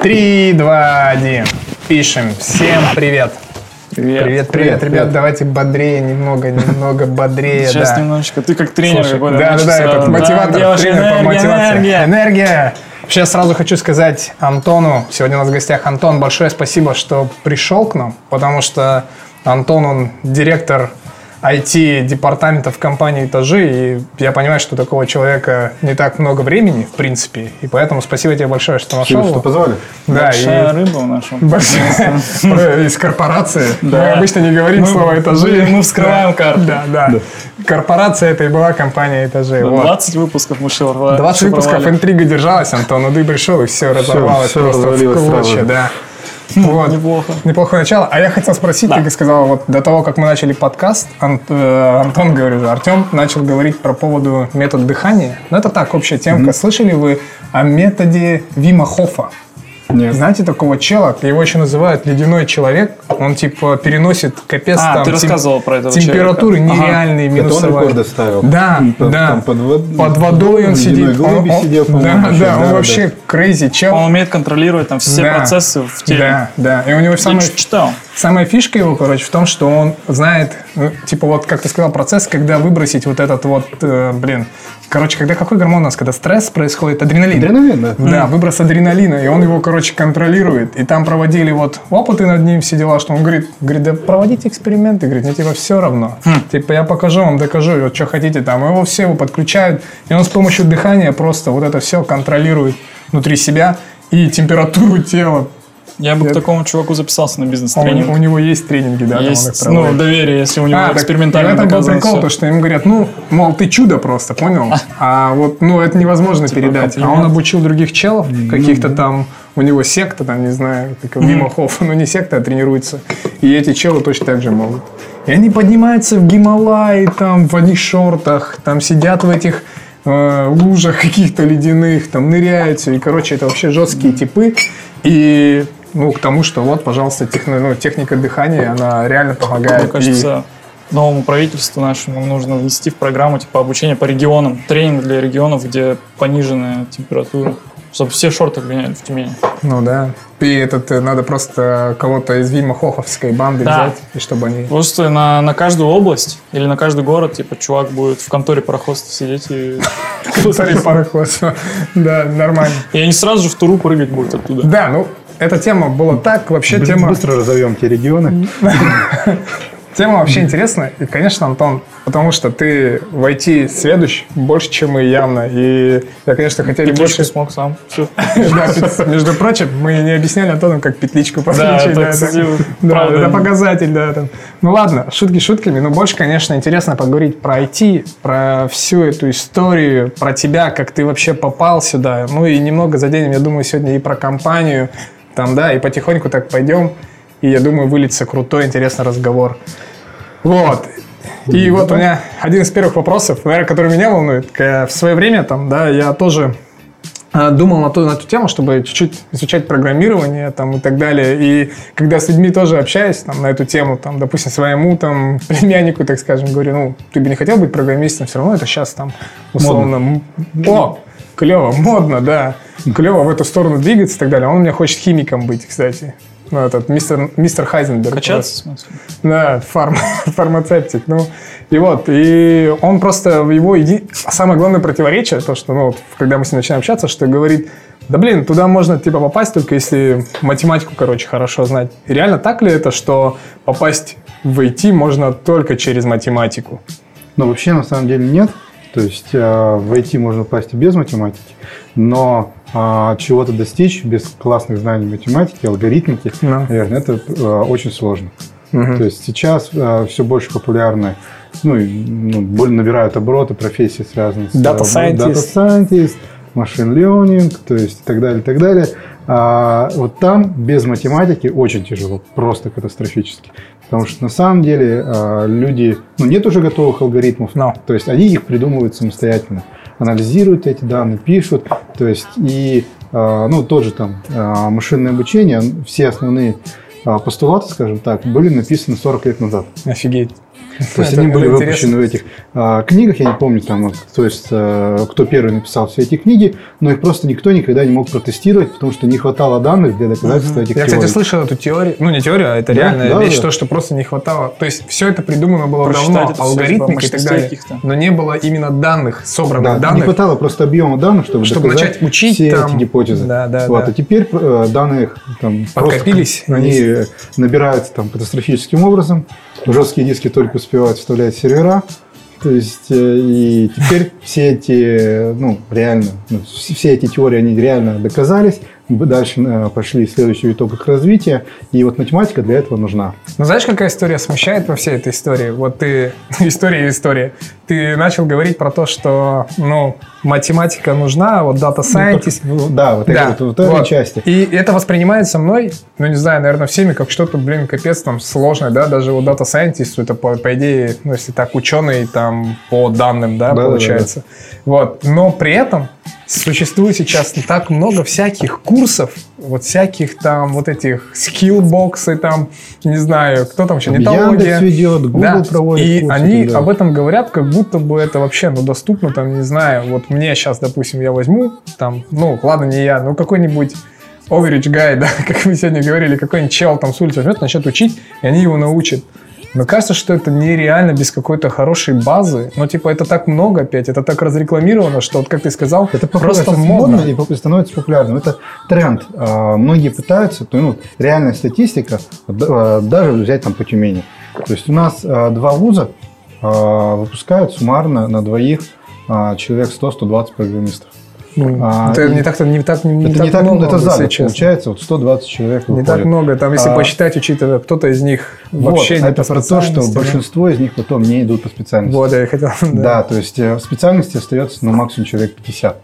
3, 2, 1. Пишем. Всем привет. Привет, ребят. Давайте бодрее, немного бодрее. Сейчас немножечко. Ты как тренер. Слушай, да, этот мотиватор, тренер по мотивации. Энергия. Вообще сразу хочу сказать Антону, сегодня у нас в гостях Антон, большое спасибо, что пришел к нам, потому что Антон, он директор IT-департамента в компании «Этажи», и я понимаю, что у такого человека не так много времени, в принципе, и поэтому спасибо тебе большое, что нашел. Спасибо, что позвали. Да, большая рыба в нашем. Из корпорации. Мы обычно не говорим слово «Этажи». Мы вскрываем карты. Да. Корпорация это и была компания «Этажи». 20 выпусков мы шел. 20 выпусков интрига держалась, Антон, но ты пришел, и все разорвалось просто в клочья, да. Вот. Неплохое начало. А я хотел спросить, ты сказал, вот до того, как мы начали подкаст, Антон говорил, Артем начал говорить про поводу метода дыхания. Ну, это так, общая темка. Слышали вы о методе Вима Хофа? Нет. Знаете такого чела? Его еще называют ледяной человек. Он типа переносит капец там ты рассказывал про этого температуры человека. Нереальные, минусовые. Это он рекорды ставил. Да. Под водой он сидит. Он вообще crazy чел. Он умеет контролировать там все процессы в теле. Да. И у него читал. Самая фишка его, в том, что он знает, типа вот, как ты сказал, процесс, когда выбросить вот этот вот, когда какой гормон у нас, когда стресс происходит? Адреналин. Адреналин, да. Да, выброс адреналина, и он его, контролирует. И там проводили вот опыты над ним, все дела, что он говорит, да проводите эксперименты, говорит, мне типа все равно. Типа я покажу вам, докажу, вот что хотите там. Его все подключают, и он с помощью дыхания просто вот это все контролирует внутри себя и температуру тела. Я бы к такому чуваку записался на бизнес-тренинг. У него есть тренинги, да? Есть, доверие, если у него экспериментально доказано. Это был прикол, то, что ему говорят, мол, ты чудо просто, понял? А вот, это невозможно передать. А он обучил других челов, каких-то там, у него секта, там, не знаю, как Вима Хофф, не секта, а тренируется. И эти челы точно так же могут. И они поднимаются в Гималаи, там, в одних шортах, там, сидят в этих лужах каких-то ледяных, там, ныряются. И, это вообще жесткие типы. И... к тому, что вот, пожалуйста, техника дыхания, она реально помогает. Мне кажется, новому правительству нашему нужно внести в программу обучения по регионам, тренинг для регионов, где пониженная температура, чтобы все шорты гоняли в Тюмени. И надо просто кого-то из Вима Хоффовской банды взять, и чтобы они... Просто на каждую область или на каждый город, чувак будет в конторе пароходства сидеть и... В конторе пароходства, да, нормально. И они сразу же в Туру прыгать будут оттуда. Да, эта тема была так, вообще тема... Быстро разовьем те регионы. Тема вообще интересная. И, конечно, Антон, потому что ты в IT сведущ больше, чем мы явно. И я, конечно, хотели больше... смог сам. Все. Да, между прочим, мы не объясняли Антону, как петличку подключить. Да, это показатель, да. Ладно, шутки шутками, но больше, конечно, интересно поговорить про IT, про всю эту историю, про тебя, как ты вообще попал сюда. И немного заденем, я думаю, сегодня и про компанию, и потихоньку так пойдем. И, я думаю, выльется крутой, интересный разговор. Вот. И вот у меня один из первых вопросов, наверное, который меня волнует. В свое время, я тоже думал на ту тему, чтобы чуть-чуть изучать программирование и так далее. И когда с людьми тоже общаюсь на эту тему, допустим, своему племяннику, так скажем, говорю, ты бы не хотел быть программистом, все равно это сейчас условно... О, клево, модно, да. Клево в эту сторону двигаться и так далее. Он у меня хочет химиком быть, кстати. Мистер Хайзенберг. Качаться, в смысле? Да, фармацевтик. И он просто, его самое главное противоречие, то, что, когда мы с ним начинаем общаться, что говорит, туда можно, попасть только если математику, хорошо знать. И реально так ли это, что попасть в IT можно только через математику? Вообще, на самом деле, нет. То есть, в IT можно попасть и без математики, но чего-то достичь без классных знаний математики, алгоритмики, наверное, это очень сложно. То есть сейчас все больше популярны, набирают обороты профессии, связанные с Data Scientist, Machine Learning, то есть и так далее, и так далее. Вот там без математики очень тяжело, просто катастрофически. Потому что на самом деле люди, нет уже готовых алгоритмов, то есть они их придумывают самостоятельно. Анализируют эти данные, пишут, то есть и тот же машинное обучение, все основные постулаты, скажем так, были написаны 40 лет назад. Офигеть. То есть они были выпущены в этих книгах, я не помню, там, кто первый написал все эти книги, но их просто никто никогда не мог протестировать, потому что не хватало данных для доказательства этих теорий. Я, кстати, слышал эту теорию, не теорию, а это реальная вещь, то, что просто не хватало. То есть все это придумано было давно, алгоритмики и так далее, но не было именно данных, собранных данных. Не хватало просто объема данных, чтобы начать учить все эти гипотезы. А теперь данные подкопились, они набираются катастрофическим образом. Жесткие диски только успевают вставлять сервера. То есть, и теперь все эти, все эти теории, они реально доказались. Дальше пошли следующий виток их развития. И вот математика для этого нужна. Знаешь, какая история смущает во всей этой истории? Вот ты... История. Ты начал говорить про то, что, математика нужна, вот data scientist. Вот этой части. И это воспринимается мной, не знаю, наверное, всеми, как что-то, капец, сложное, да, даже вот data scientist, это, по идее, если так, ученый, по данным, получается. Вот. Но при этом существует сейчас так много всяких курсов, всяких этих скиллбоксы, не знаю, кто там еще, нетология. Яндекс ведет, Google проводит и курсы, они об этом говорят, как будто бы это вообще, доступно, не знаю, мне сейчас, допустим, я возьму, ладно, не я, какой-нибудь average guy, да, как мы сегодня говорили, какой-нибудь чел с улицы возьмет, начнет учить, и они его научат. Но кажется, что это нереально без какой-то хорошей базы. Это так много опять, это так разрекламировано, что, как ты сказал, это просто модно. И становится популярным. Это тренд. Многие пытаются, реальная статистика, даже взять по Тюмени. То есть у нас 2 вуза выпускают суммарно на двоих человек 100-120 программистов. Это не так много, это за год получается, 120 человек выходит. Не так много, если посчитать, учитывая, кто-то из них вообще не это про то, что большинство из них потом не идут по специальности. Вот, я хотел. Да, то есть в специальности остается максимум человек 50.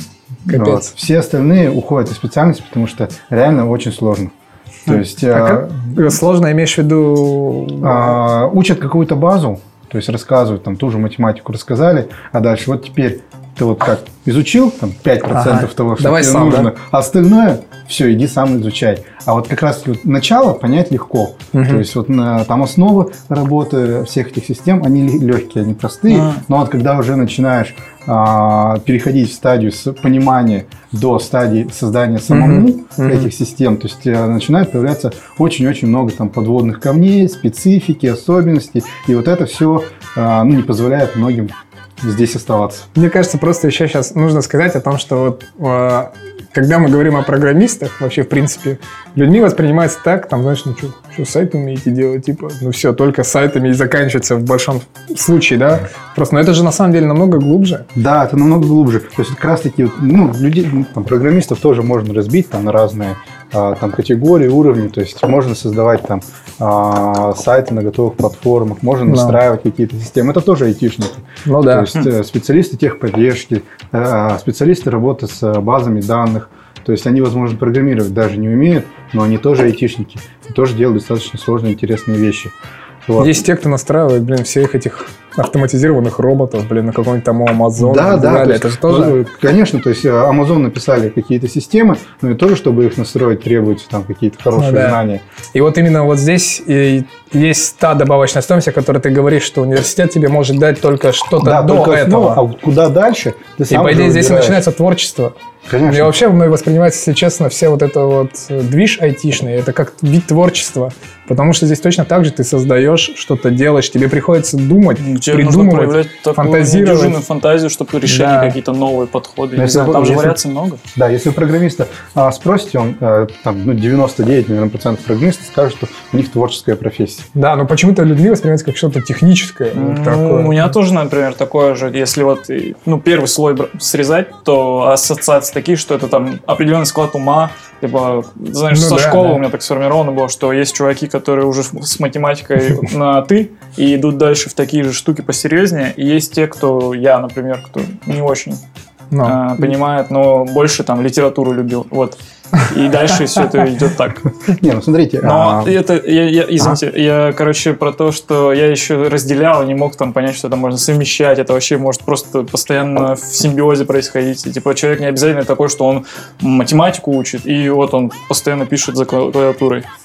Капец. Все остальные уходят из специальности, потому что реально очень сложно. То есть, сложно, имеешь в виду? Учат какую-то базу, то есть рассказывают, ту же математику рассказали, а дальше теперь ты как изучил 5% того, что тебе нужно, а остальное все, иди сам изучай. А как раз начало понять легко. То есть там основы работы всех этих систем, они легкие, они простые. Но когда уже начинаешь переходить в стадию с понимания до стадии создания самому этих систем, то есть начинает появляться очень-очень много подводных камней, специфики, особенностей. И это все не позволяет многим здесь оставаться. Мне кажется, просто еще сейчас нужно сказать о том, что когда мы говорим о программистах, вообще, в принципе, людьми воспринимается так, что сайт умеете делать, все, только сайтами и заканчивается в большом случае, да? Просто, это же на самом деле намного глубже. Да, это намного глубже. То есть, как раз таки, людей, программистов тоже можно разбить на разные категории, уровни, то есть можно создавать сайты на готовых платформах, можно настраивать какие-то системы. Это тоже айтишники. То есть специалисты техподдержки, специалисты работы с базами данных. То есть они, возможно, программировать даже не умеют, но они тоже айтишники. И тоже делают достаточно сложные, интересные вещи. Есть те, кто настраивает, всех этих автоматизированных роботов, на какой-нибудь Amazon. Да. Это же тоже... Конечно, то есть Amazon написали какие-то системы, но и тоже, чтобы их настроить, требуются какие-то хорошие знания. И именно здесь есть та добавочная стоимость, о которой ты говоришь, что университет тебе может дать только что-то до этого. А куда дальше? Ты сам по идее, здесь начинается творчество. Конечно. И вообще мной воспринимается, если честно, все движ айтишный, это как вид творчества. Потому что здесь точно так же ты создаешь, что-то делаешь, тебе приходится думать, придумывать, фантазировать. Нужно фантазию, чтобы решить какие-то новые подходы. Там же вариаций много. Да, если у программиста спросите, он 99% программистов скажут, что у них творческая профессия. Да, но почему-то людьми воспринимается как что-то техническое. У меня тоже, например, такое же. Если первый слой срезать, то ассоциации такие, что это определенный склад ума. Знаешь, со школы у меня так сформировано было, что есть чуваки, которые уже с математикой на «ты» и идут дальше в такие же штуки посерьезнее. И есть те, кто, я, например, кто не очень понимает, но больше литературу любил. И дальше все это идет так. Смотрите. Но это, извините, я, про то, что я еще разделял и не мог понять, что это можно совмещать. Это вообще может просто постоянно в симбиозе происходить. И, человек не обязательно такой, что он математику учит, и он постоянно пишет за клавиатурой.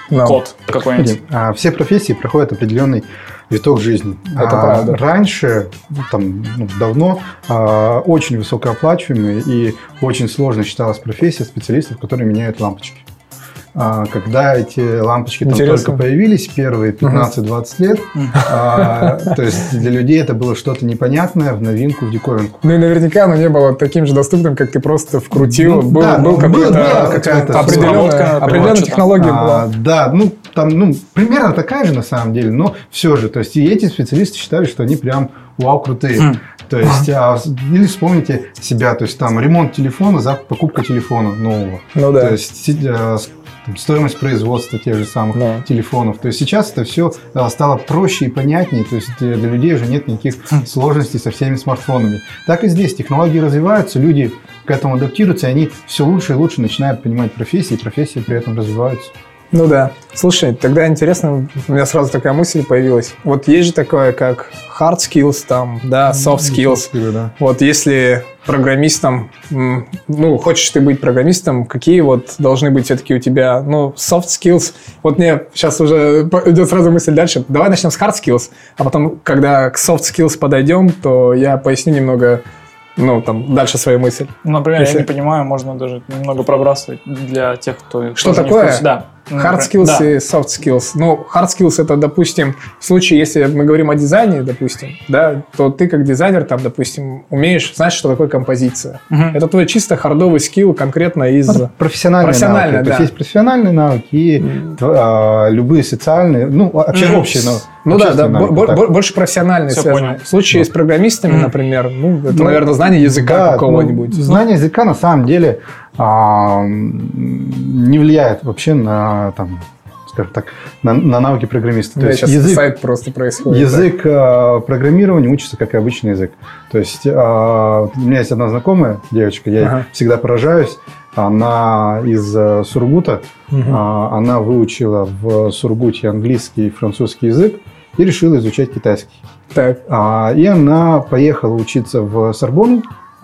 код какой-нибудь. Все профессии проходят определенный виток жизни. Это правда. Раньше, давно, очень высокооплачиваемые и очень сложно считалась профессия специалистов, которые меняют лампочки. Когда эти лампочки там только появились, первые 15-20 лет, то есть для людей это было что-то непонятное, в новинку, в диковинку. Ну и наверняка оно не было таким же доступным, как ты просто вкрутил. Был какая-то определенная технология была. Да, примерно такая же на самом деле, но все же. То есть и эти специалисты считали, что они прям вау, крутые. То есть, или вспомните себя, то есть там ремонт телефона, покупка телефона нового. Ну да. То есть стоимость производства тех же самых телефонов. То есть сейчас это все стало проще и понятнее. То есть для людей уже нет никаких сложностей со всеми смартфонами. Так и здесь технологии развиваются, люди к этому адаптируются, и они все лучше и лучше начинают понимать профессии, и профессии при этом развиваются. Ну да. Слушай, тогда интересно, у меня сразу такая мысль появилась. Вот есть же такое, как hard skills, soft skills. Да. Вот если программистом, хочешь ты быть программистом, какие вот должны быть все-таки у тебя, soft skills. Вот мне сейчас уже идет сразу мысль дальше. Давай начнем с hard skills, а потом, когда к soft skills подойдем, то я поясню немного, дальше свою мысль. Например, я не понимаю, можно даже немного пробрасывать для тех, кто... Что такое? Hard skills и soft skills. Hard skills это, допустим, в случае, если мы говорим о дизайне, допустим, то ты как дизайнер, допустим, знаешь, что такое композиция. Это твой чисто хардовый скилл конкретно из... Профессиональные навыки. То есть есть профессиональные навыки и любые социальные, общие навыки. Больше профессиональные связаны. В случае с программистами, например, это, наверное, знание языка какого-нибудь. Знание языка на самом деле не влияет вообще на, скажем так, на навыки программиста. То есть сайт просто происходит. Язык программирования учится как и обычный язык. То есть у меня есть одна знакомая девочка, я ей всегда поражаюсь. Она из Сургута, она выучила в Сургуте английский и французский язык и решила изучать китайский. Так. И она поехала учиться в Сорбонну,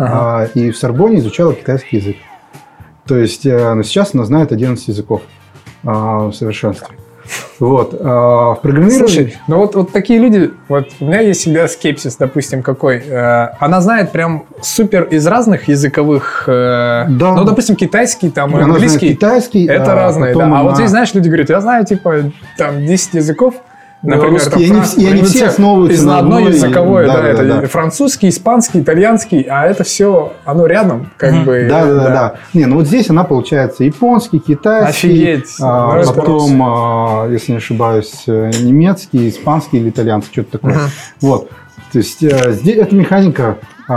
и в Сорбонне изучала китайский язык. То есть сейчас она знает 11 языков в совершенстве. Вот. В программировании... Слушай, вот такие люди, вот у меня есть всегда скепсис, допустим, какой. Она знает прям супер из разных языковых... допустим, китайский, английский. Знает китайский. Это разные, да. А вот здесь, знаешь, люди говорят, я знаю, 10 языков. Например, и они все основываются на одной языковой, это французский, испанский, итальянский, а это все, оно рядом, бы. Да. Вот здесь она, получается, японский, китайский. Офигеть. Потом, если не ошибаюсь, немецкий, испанский или итальянский, что-то такое. Вот. То есть, здесь эта механика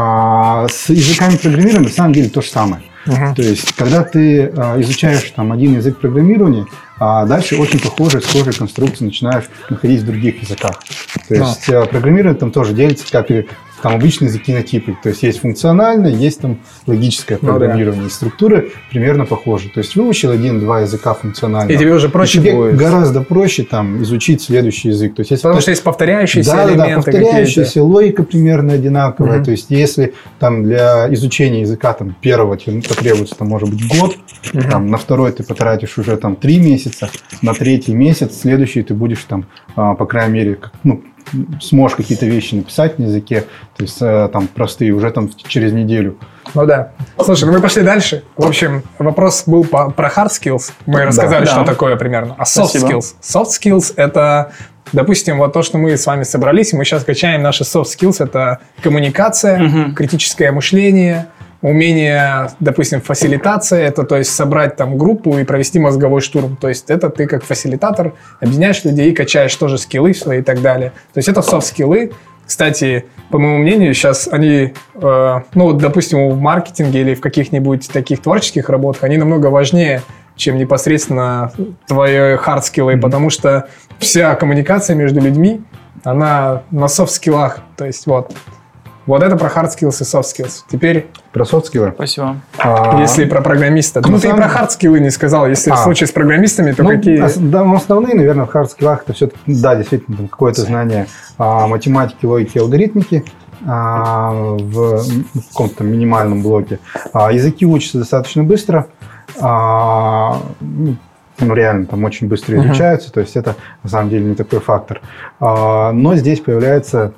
с языками программирования на самом деле то же самое. То есть, когда ты изучаешь один язык программирования, дальше очень схожие конструкции начинаешь находить в других языках. То есть, программирование там тоже делится, как и обычные языки на типы. То есть, есть функциональное, есть логическое программирование. И структуры примерно похожи. То есть, выучил 1-2 языка функционального. И тебе уже проще будет. Гораздо проще изучить следующий язык. То есть, потому что есть повторяющиеся элементы. Да, повторяющиеся, логика примерно одинаковая. То есть, если для изучения языка первого тебе потребуется, может быть, год, на второй ты потратишь уже 3 месяца, на третий месяц, следующий ты будешь по крайней мере, сможешь какие-то вещи написать на языке, то есть простые, уже через неделю. Слушай, мы пошли дальше. В общем, вопрос был про hard skills. Мы рассказали, что такое примерно. А soft skills? Soft skills – это, допустим, то, что мы с вами собрались, и мы сейчас качаем наши soft skills. Это коммуникация, критическое мышление, умение, допустим, фасилитация, это, то есть, собрать группу и провести мозговой штурм. То есть, это ты как фасилитатор объединяешь людей, качаешь тоже скиллы свои и так далее. То есть, это софт-скиллы. Кстати, по моему мнению, сейчас они, допустим, в маркетинге или в каких-нибудь таких творческих работах, они намного важнее, чем непосредственно твои хард-скиллы, потому что вся коммуникация между людьми, она на софт-скиллах. То есть, Вот это про hard skills и soft skills. Теперь... Про soft skills. Спасибо. Если про программиста. Ты и про hard skills не сказал. Если в случае с программистами, то какие... Основные, наверное, в hard skills это все-таки, действительно, какое-то знание математики, логики, алгоритмики в каком-то минимальном блоке. Языки учатся достаточно быстро. ну, реально там очень быстро изучаются, то есть это на самом деле не такой фактор. Но здесь появляется,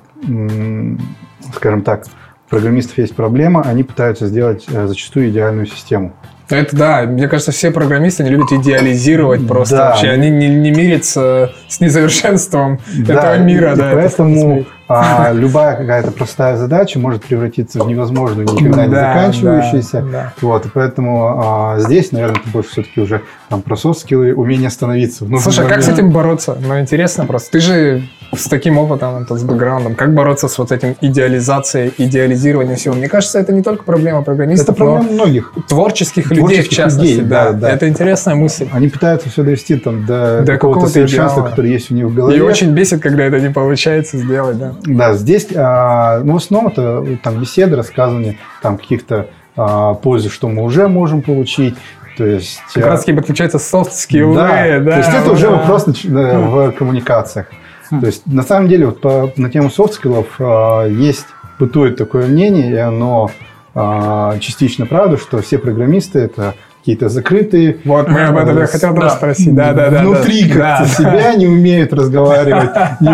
скажем так, у программистов есть проблема, они пытаются сделать зачастую идеальную систему. Это да, мне кажется, все программисты не любят идеализировать просто вообще, они не мирятся с несовершенством этого мира. Да, поэтому любая какая-то простая задача может превратиться в невозможную, никогда не заканчивающуюся. Вот, и поэтому здесь, наверное, это больше все-таки уже там, про софт-скиллы, умение становиться. Слушай, а как с этим бороться? Ну, интересно просто. Ты же с таким опытом, с бэкграундом, как бороться с вот этим идеализированием всего? Мне кажется, это не только проблема программистов, это проблема многих. Творческих людей, в частности. Да. Это интересная мысль. Они пытаются все довести там, до какого-то совершенства, которое есть у них в голове. И очень бесит, когда это не получается сделать, да. Да, здесь, в основном это там беседы, рассказывание там каких-то пользы, что мы уже можем получить. То есть, как раз таки подключается софт-скиллы. Да, то есть это уже вопрос в коммуникациях. То есть на самом деле вот на тему софт-скиллов бытует такое мнение, и оно частично правда, что все программисты это какие-то закрытые. Вот, мы об этом я хотел спросить. Внутри как-то себя не умеют разговаривать,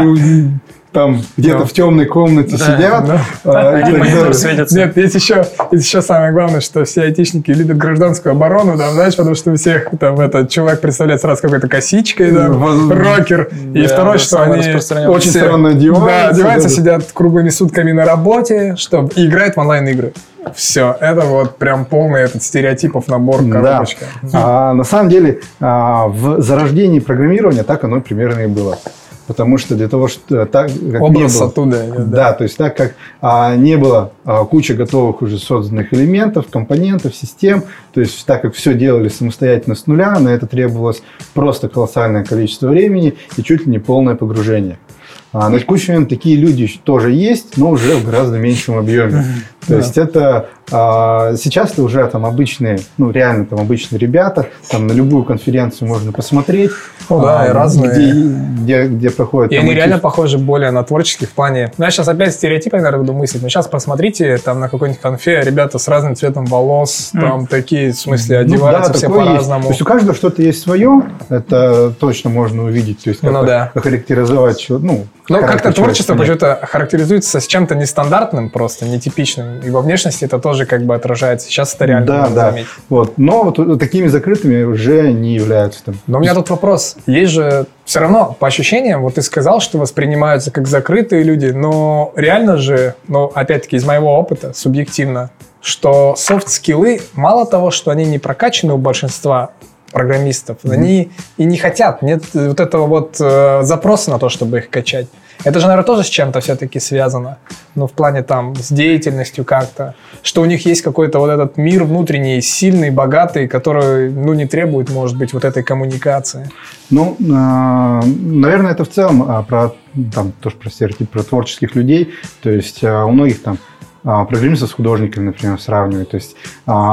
там где-то в темной комнате сидят. Нет, есть еще самое главное, что все айтишники любят гражданскую оборону, да, знаешь, потому что у всех там этот чувак представляет сразу какой-то косичкой, да, рокер. И второе, что они очень странно одеваются. Да, одеваются, сидят круглыми сутками на работе, и играют в онлайн-игры. Все, это вот прям полный этот стереотипов набор, коробочка. Да. На самом деле, в зарождении программирования так оно примерно и было. Потому что для того, что так как образ не было, оттуда. Да, то есть так как не было кучи готовых уже созданных элементов, компонентов, систем, то есть так как все делали самостоятельно с нуля, на это требовалось просто колоссальное количество времени и чуть ли не полное погружение. На текущий момент такие люди тоже есть, но уже в гораздо меньшем объеме. То есть это сейчас это уже там обычные, ну реально там обычные ребята, там на любую конференцию можно посмотреть, и разные, где проходят. И они реально похожи более на творческих в плане. Ну я сейчас опять стереотипы, наверное, буду мыслить, но сейчас посмотрите там на какой-нибудь конфе ребята с разным цветом волос, там такие, в смысле, одеваются все по-разному. То есть у каждого что-то есть свое, это точно можно увидеть, то есть охарактеризовать, Ну, как-то творчество почему-то характеризуется с чем-то нестандартным, просто нетипичным. И во внешности это тоже как бы отражается. Сейчас это реально можно заметить. Вот. Но вот такими закрытыми уже не являются. Но у меня тут вопрос. Есть же все равно, по ощущениям, вот ты сказал, что воспринимаются как закрытые люди, но реально же, опять-таки из моего опыта, субъективно, что софт-скиллы, мало того, что они не прокачаны у большинства программистов, они и не хотят, нет вот этого вот запроса на то, чтобы их качать. Это же, наверное, тоже с чем-то все-таки связано. В плане там с деятельностью как-то. Что у них есть какой-то вот этот мир внутренний, сильный, богатый, который, не требует, может быть, вот этой коммуникации. Наверное, это в целом тоже про стереотип, про творческих людей. То есть у многих там программистов с художниками, например, сравнивать. То есть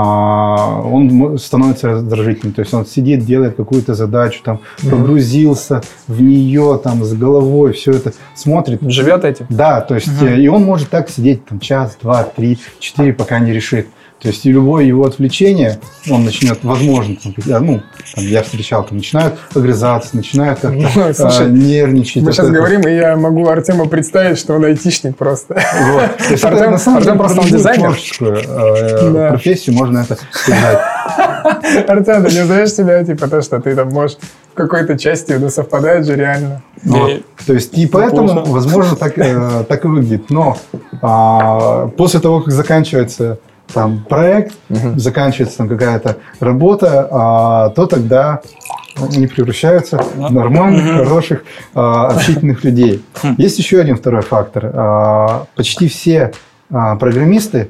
он становится раздражительным. То есть он сидит, делает какую-то задачу, там, погрузился в нее там, с головой, все это смотрит. Живет этим? Да, то есть и он может так сидеть там, час, 2, 3, 4, пока не решит. То есть и любое его отвлечение, он начнет, возможно, я встречал, начинают огрызаться, начинают как-то нервничать. Мы сейчас говорим, и я могу Артему представить, что он айтишник просто. Вот. Артем просто он дизайнер. Творческую профессию можно это сказать. Артем, ты не узнаешь себя, то, что ты там можешь в какой-то части, совпадает же реально. То есть и поэтому, возможно, так и выглядит. Но после того, как заканчивается там проект, заканчивается там какая-то работа, то тогда они превращаются в нормальных, хороших, общительных людей. Есть еще один второй фактор. Почти все программисты,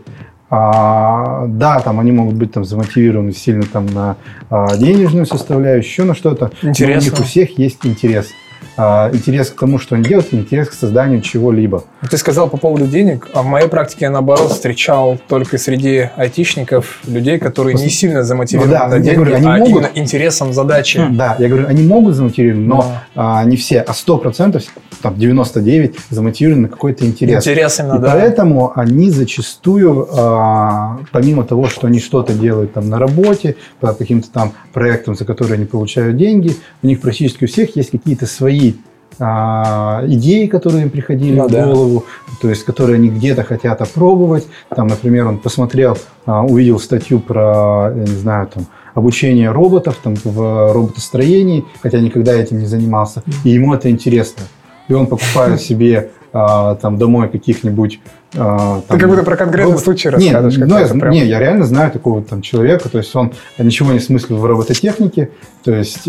там они могут быть там замотивированы сильно там на денежную составляющую, еще на что-то. Но у них у всех есть интерес. интерес к тому, что они делают, интерес к созданию чего-либо. Ты сказал по поводу денег, а в моей практике я, наоборот, встречал только среди айтишников людей, которые не сильно замотивированы на деньги, говорю, они могут... именно интересом задачи. Да, я говорю, они могут замотивированы, но не все, а 100%, там 99% замотивированы на какой-то интерес. Интерес именно, да. Поэтому они зачастую, помимо того, что они что-то делают там на работе, по каким-то там проектам, за которые они получают деньги, у них практически у всех есть какие-то свои идеи, которые им приходили в голову, то есть которые они где-то хотят опробовать. Там, например, он посмотрел, увидел статью про, я не знаю, там, обучение роботов там, в роботостроении, хотя никогда этим не занимался, и ему это интересно. И он покупает себе там домой каких-нибудь... Ты как будто про конкретный случай рассказываешь. Я реально знаю такого там человека, то есть он ничего не смыслил в робототехнике, то есть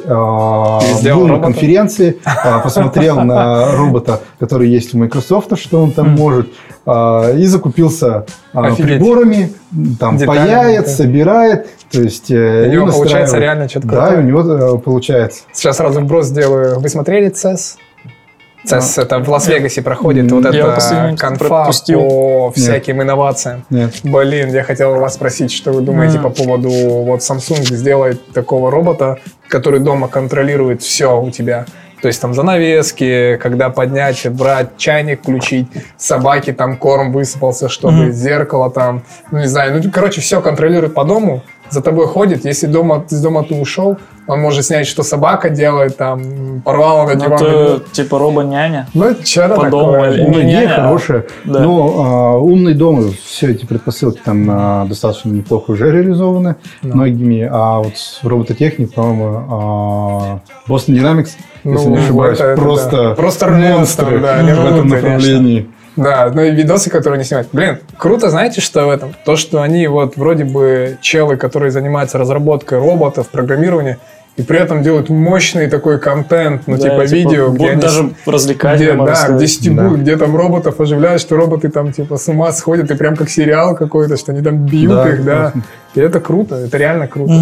был на конференции, посмотрел на робота, который есть у Microsoft, что он там может, и закупился приборами, там паяет, собирает, то есть... У него получается реально что-то крутое. Да, у него получается. Сейчас сразу вброс сделаю. Вы смотрели CES? CES это в Лас-Вегасе проходит, вот эта конфа по всяким инновациям. Нет. Блин, я хотел вас спросить, что вы думаете по поводу... Вот Samsung сделает такого робота, который дома контролирует все у тебя. То есть там занавески, когда поднять, брать, чайник включить, собаке там корм высыпался, чтобы зеркало там, ну не знаю, ну короче, все контролирует по дому, за тобой ходит, если из дома ты ушел, он может снять, что собака делает, там, порвала на диван. Это типа робо-няня. Ну, что-то по дому. Умная хорошая. Да. Но умный дом, все эти предпосылки там достаточно неплохо уже реализованы многими. А вот в робототехнике, по-моему, Boston Dynamics, если не ошибаюсь, просто монстры в этом направлении. Конечно. Да, ну и видосы, которые они снимают. Блин, круто, знаете, что в этом? То, что они вот вроде бы челы, которые занимаются разработкой роботов, программированием, и при этом делают мощный такой контент, ну типа видео, где они... Даже развлекательно, где стебут, где там роботов оживляют, что роботы там типа с ума сходят, и прям как сериал какой-то, что они там бьют их, да. И это круто, это реально круто.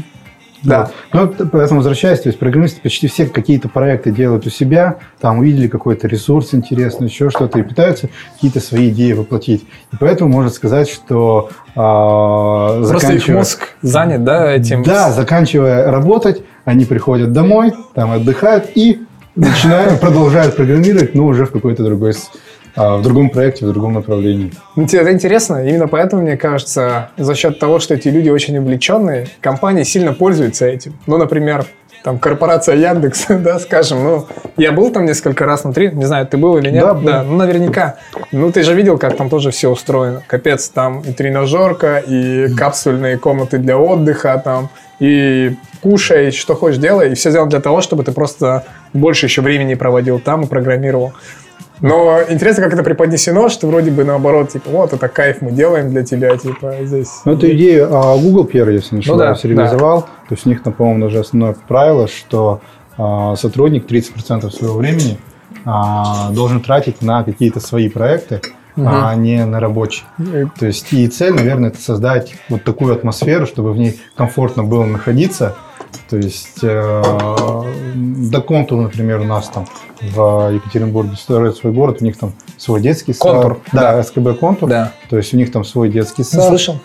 Да. Ну, поэтому возвращаясь, то есть программисты почти все какие-то проекты делают у себя, там увидели какой-то ресурс интересный, еще что-то, и пытаются какие-то свои идеи воплотить. И поэтому можно сказать, что просто их мозг занят, да, этим? Да, заканчивая работать, они приходят домой, там отдыхают и продолжают программировать, но уже в какой-то в другом проекте, в другом направлении. Это интересно. Именно поэтому, мне кажется, за счет того, что эти люди очень увлеченные, компании сильно пользуются этим. Ну, например, там корпорация Яндекс, да, скажем, ну, я был там несколько раз внутри, не знаю, ты был или нет? Да, ну, наверняка. Ну, ты же видел, как там тоже все устроено. Капец, там и тренажерка, и капсульные комнаты для отдыха, там, и кушай, что хочешь делай, и все сделано для того, чтобы ты просто больше еще времени проводил там и программировал. Но интересно, как это преподнесено, что вроде бы наоборот, типа, вот, это кайф мы делаем для тебя, типа, здесь. Ну, это идея Google первый, если не ошибаюсь, реализовал. То есть у них, по-моему, даже основное правило, что сотрудник 30% своего времени должен тратить на какие-то свои проекты, а не на рабочие. То есть и цель, наверное, это создать вот такую атмосферу, чтобы в ней комфортно было находиться. То есть Доконтур, например, у нас там в Екатеринбурге строит свой город, у них там свой детский сад. Контур. Да, СКБ Контур. Да. То есть у них там свой детский сад. Слышал?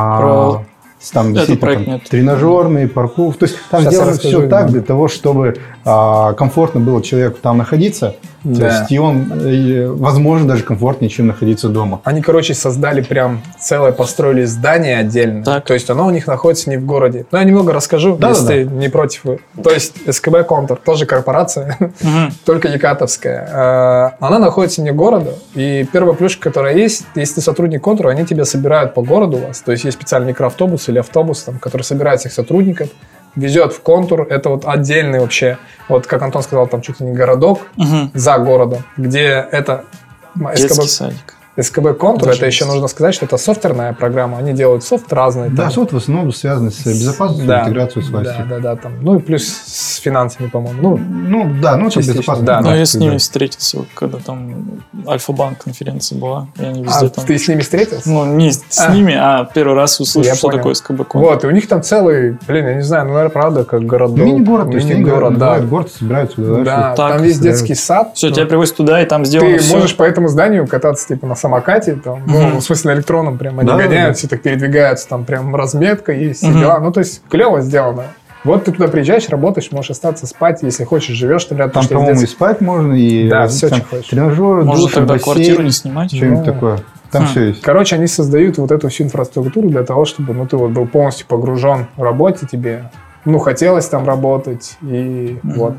Там действительно тренажерный, паркур. То есть там сделано все так для того, чтобы комфортно было человеку там находиться. То есть и он, возможно, даже комфортнее, чем находиться дома. Они, короче, создали прям целое, построили здание отдельно. Так. То есть оно у них находится не в городе. Ну, я немного расскажу, если ты не против. То есть СКБ Контур, тоже корпорация, только якатовская. Она находится не в городе. И первая плюшка, которая есть, если ты сотрудник Контура, они тебя собирают по городу у вас. То есть есть специальный микроавтобус или автобус, там, который собирает всех сотрудников, везет в Контур. Это вот отдельный вообще, вот как Антон сказал, там чуть ли не городок за городом, где это... Детский садик. СКБ Контур, это еще нужно сказать, что это софтверная программа. Они делают софт разный. Да, софт в основном связан с безопасностью, интеграцией с властью. Да, там. Ну и плюс с финансами, по-моему. Это безопасность. Да, но я с ними встретился, когда там Альфа-банк конференция была. И они везде там... Ты с ними встретился? Ну, не с ними, а первый раз услышал, что такое СКБ Контур. Вот, и у них там целый, я не знаю, наверное, правда, как городок. Мини-город, то есть они город собирают сюда. Да, там есть детский сад. Все, тебя привозят туда, и там сделано все. Ты можешь по этому зданию кататься, типа, на самокате, там, в смысле, на электронном прям, они гоняют, все так передвигаются, там прям разметка есть, все дела. Ну, то есть, клево сделано. Вот ты туда приезжаешь, работаешь, можешь остаться спать, если хочешь, живешь там рядом. Там, по-моему, и спать можно, и все, что хочешь. Тренажеры, можно тогда квартиру не снимать. Что-нибудь такое. Там все есть. Короче, они создают вот эту всю инфраструктуру для того, чтобы ты вот был полностью погружен в работе, тебе хотелось там работать, и вот.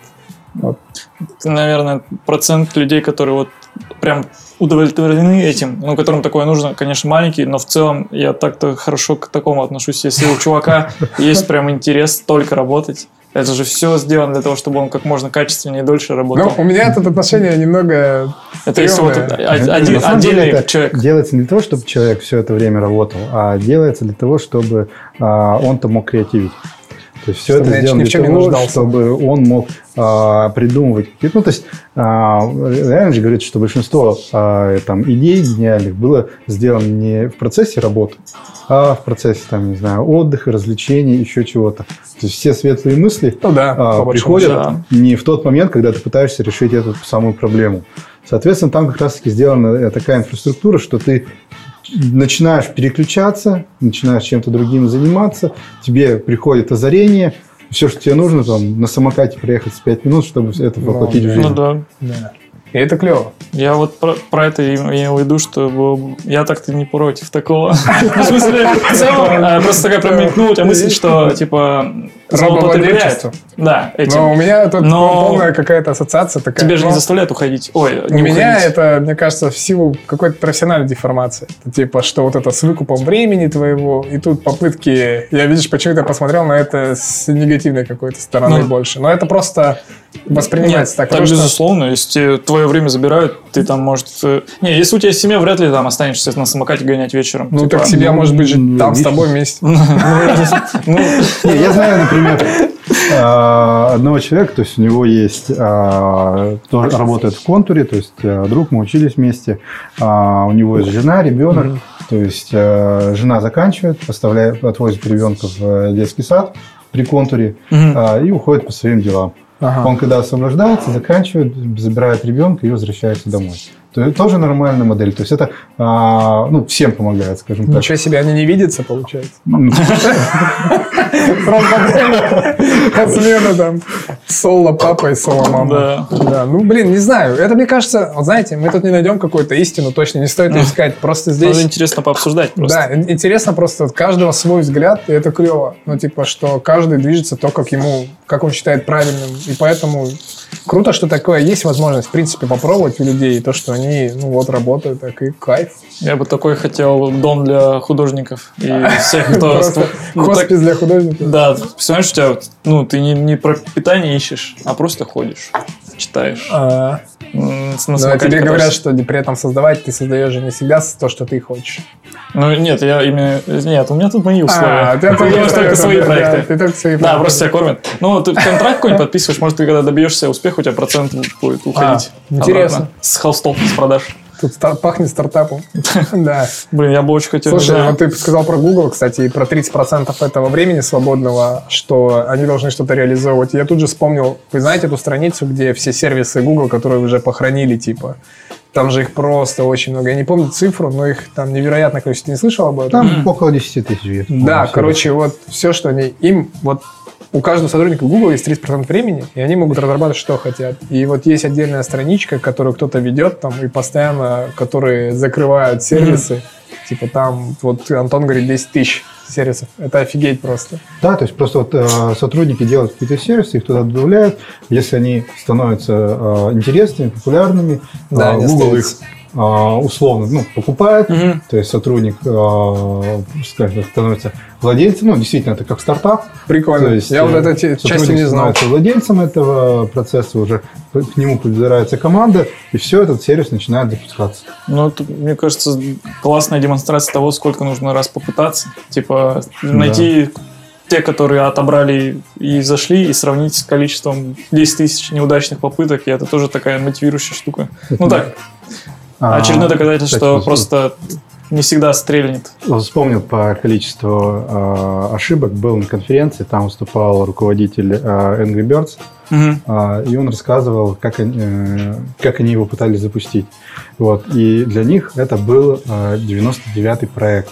Наверное, процент людей, которые вот прям удовлетворены этим, которым такое нужно, конечно, маленький, но в целом я так-то хорошо к такому отношусь. Если у чувака есть прям интерес только работать, это же все сделано для того, чтобы он как можно качественнее и дольше работал. У меня тут отношение немного это если вот отдельный человек. Делается не для того, чтобы человек все это время работал, а делается для того, чтобы он-то мог креативить. То есть все это сделано для того, чтобы он мог придумывать какие-то... то есть реально же говорится, что большинство идей гениальных было сделано не в процессе работы, а в процессе, отдыха, развлечений, еще чего-то. То есть все светлые мысли приходят не в тот момент, когда ты пытаешься решить эту самую проблему. Соответственно, там как раз-таки сделана такая инфраструктура, что ты начинаешь переключаться, начинаешь чем-то другим заниматься, тебе приходит озарение, все, что тебе нужно, на самокате проехать с 5 минут, чтобы это воплотить в жизнь. Да. И это клево. Я вот про это имел в виду, что я так-то не против такого. В смысле, в целом, просто такая промелькнула у тебя мысль, что, злоупотребляют. Да, этим. Но у меня тут полная какая-то ассоциация такая. Тебя же не заставляют уходить. У меня это, мне кажется, в силу какой-то профессиональной деформации. Типа, что вот это с выкупом времени твоего, и тут попытки... Я, видишь, почему-то посмотрел на это с негативной какой-то стороны больше. Но это просто воспринимается так. Так, безусловно, если твое время забирают, ты там, может... если у тебя семья, вряд ли там останешься на самокате гонять вечером. Так семья может быть жить там с тобой вместе. Я знаю, например, одного человека, то есть у него есть, тоже работает в Контуре, то есть друг, мы учились вместе, у него есть жена, ребенок, то есть жена заканчивает, отвозит ребенка в детский сад при Контуре и уходит по своим делам. Он когда освобождается, заканчивает, забирает ребенка и возвращается домой. То есть тоже нормальная модель. То есть это всем помогает, скажем так. Ничего себе, они не видятся, получается. Смена там. Соло папа и соло мама. Да. Не знаю. Это, мне кажется, знаете, мы тут не найдем какую-то истину, точно не стоит искать. Просто здесь... интересно пообсуждать просто. Да, интересно просто каждого свой взгляд, и это клево. Что каждый движется то, как он считает правильным. И поэтому круто, что такое есть возможность, в принципе, попробовать у людей. То, что они, работают, так и кайф. Я бы такой хотел дом для художников и всех, кто... Хоспис для художников. Да, представляешь, у тебя, ты не про питание ищешь, а просто ходишь, читаешь. Тебе говорят, что при этом создавать ты создаешь же не всегда то, что ты хочешь. Нет, Нет, у меня тут мои условия. Ты только свои проекты. Да, просто тебя кормят. Ты контракт какой-нибудь подписываешь, может, ты когда добьешься успеха, у тебя процент будет уходить. Интересно. С холстов, с продаж. Тут пахнет стартапом. Да. Я бы очень хотел... Слушай, ты сказал про Google, кстати, и про 30% этого времени свободного, что они должны что-то реализовывать. Я тут же вспомнил, вы знаете эту страницу, где все сервисы Google, которые уже похоронили, там же их просто очень много. Я не помню цифру, но их там невероятное количество. Ты не слышал об этом? Там около 10 тысяч. Да, все, что им... У каждого сотрудника Google есть 30% времени, и они могут разрабатывать, что хотят. И есть отдельная страничка, которую кто-то ведет, и постоянно, которые закрывают сервисы. Там, Антон говорит, 10 тысяч сервисов. Это офигеть просто. Да, то есть просто сотрудники делают какие-то сервисы, их туда добавляют. Если они становятся интересными, популярными, Google их условно покупает, то есть сотрудник, скажем так, становится владельцем, действительно, это как стартап. Прикольно. То есть, я вот этой части не знал. Становится владельцем этого процесса, уже к нему подбирается команда, и все, этот сервис начинает запускаться. Ну, это, мне кажется, классная демонстрация того, сколько нужно раз попытаться. Типа, найти те, которые отобрали и зашли, и сравнить с количеством 10 тысяч неудачных попыток, и это тоже такая мотивирующая штука. Ну так, очередное доказательство, что просто не всегда стрельнет. Вспомнил по количеству ошибок. Был на конференции, там выступал руководитель Angry Birds, и он рассказывал, как они его пытались запустить. Вот. И для них это был 99-й проект.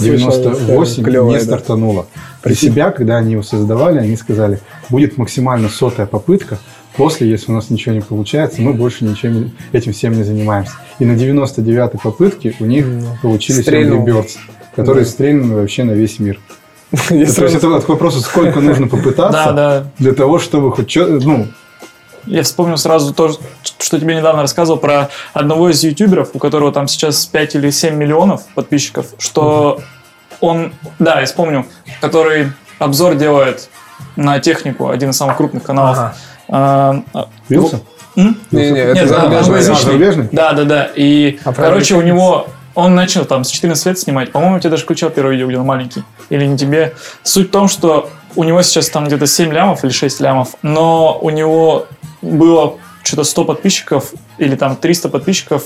98 не стартануло. При себя, когда они его создавали, они сказали, будет максимально 100-я попытка. После, если у нас ничего не получается, мы больше ничем этим всем не занимаемся. И на 99-й попытке у них получились Angry Birds, которые стрельнули вообще на весь мир. То есть это к вопросу, сколько нужно попытаться для того, чтобы хоть что-то... Я вспомнил сразу то, что тебе недавно рассказывал про одного из ютуберов, у которого там сейчас 5 или 7 миллионов подписчиков, что он, я вспомнил, который обзор делает на технику, один из самых крупных каналов. Вилса? Нет, зарубежный. Да. И, короче, у него... Он начал там с 14 лет снимать. По-моему, я тебе даже включал первое видео, где он маленький. Или не тебе. Суть в том, что у него сейчас там где-то 7 лямов или 6 лямов, но у него было что-то 100 подписчиков или там 300 подписчиков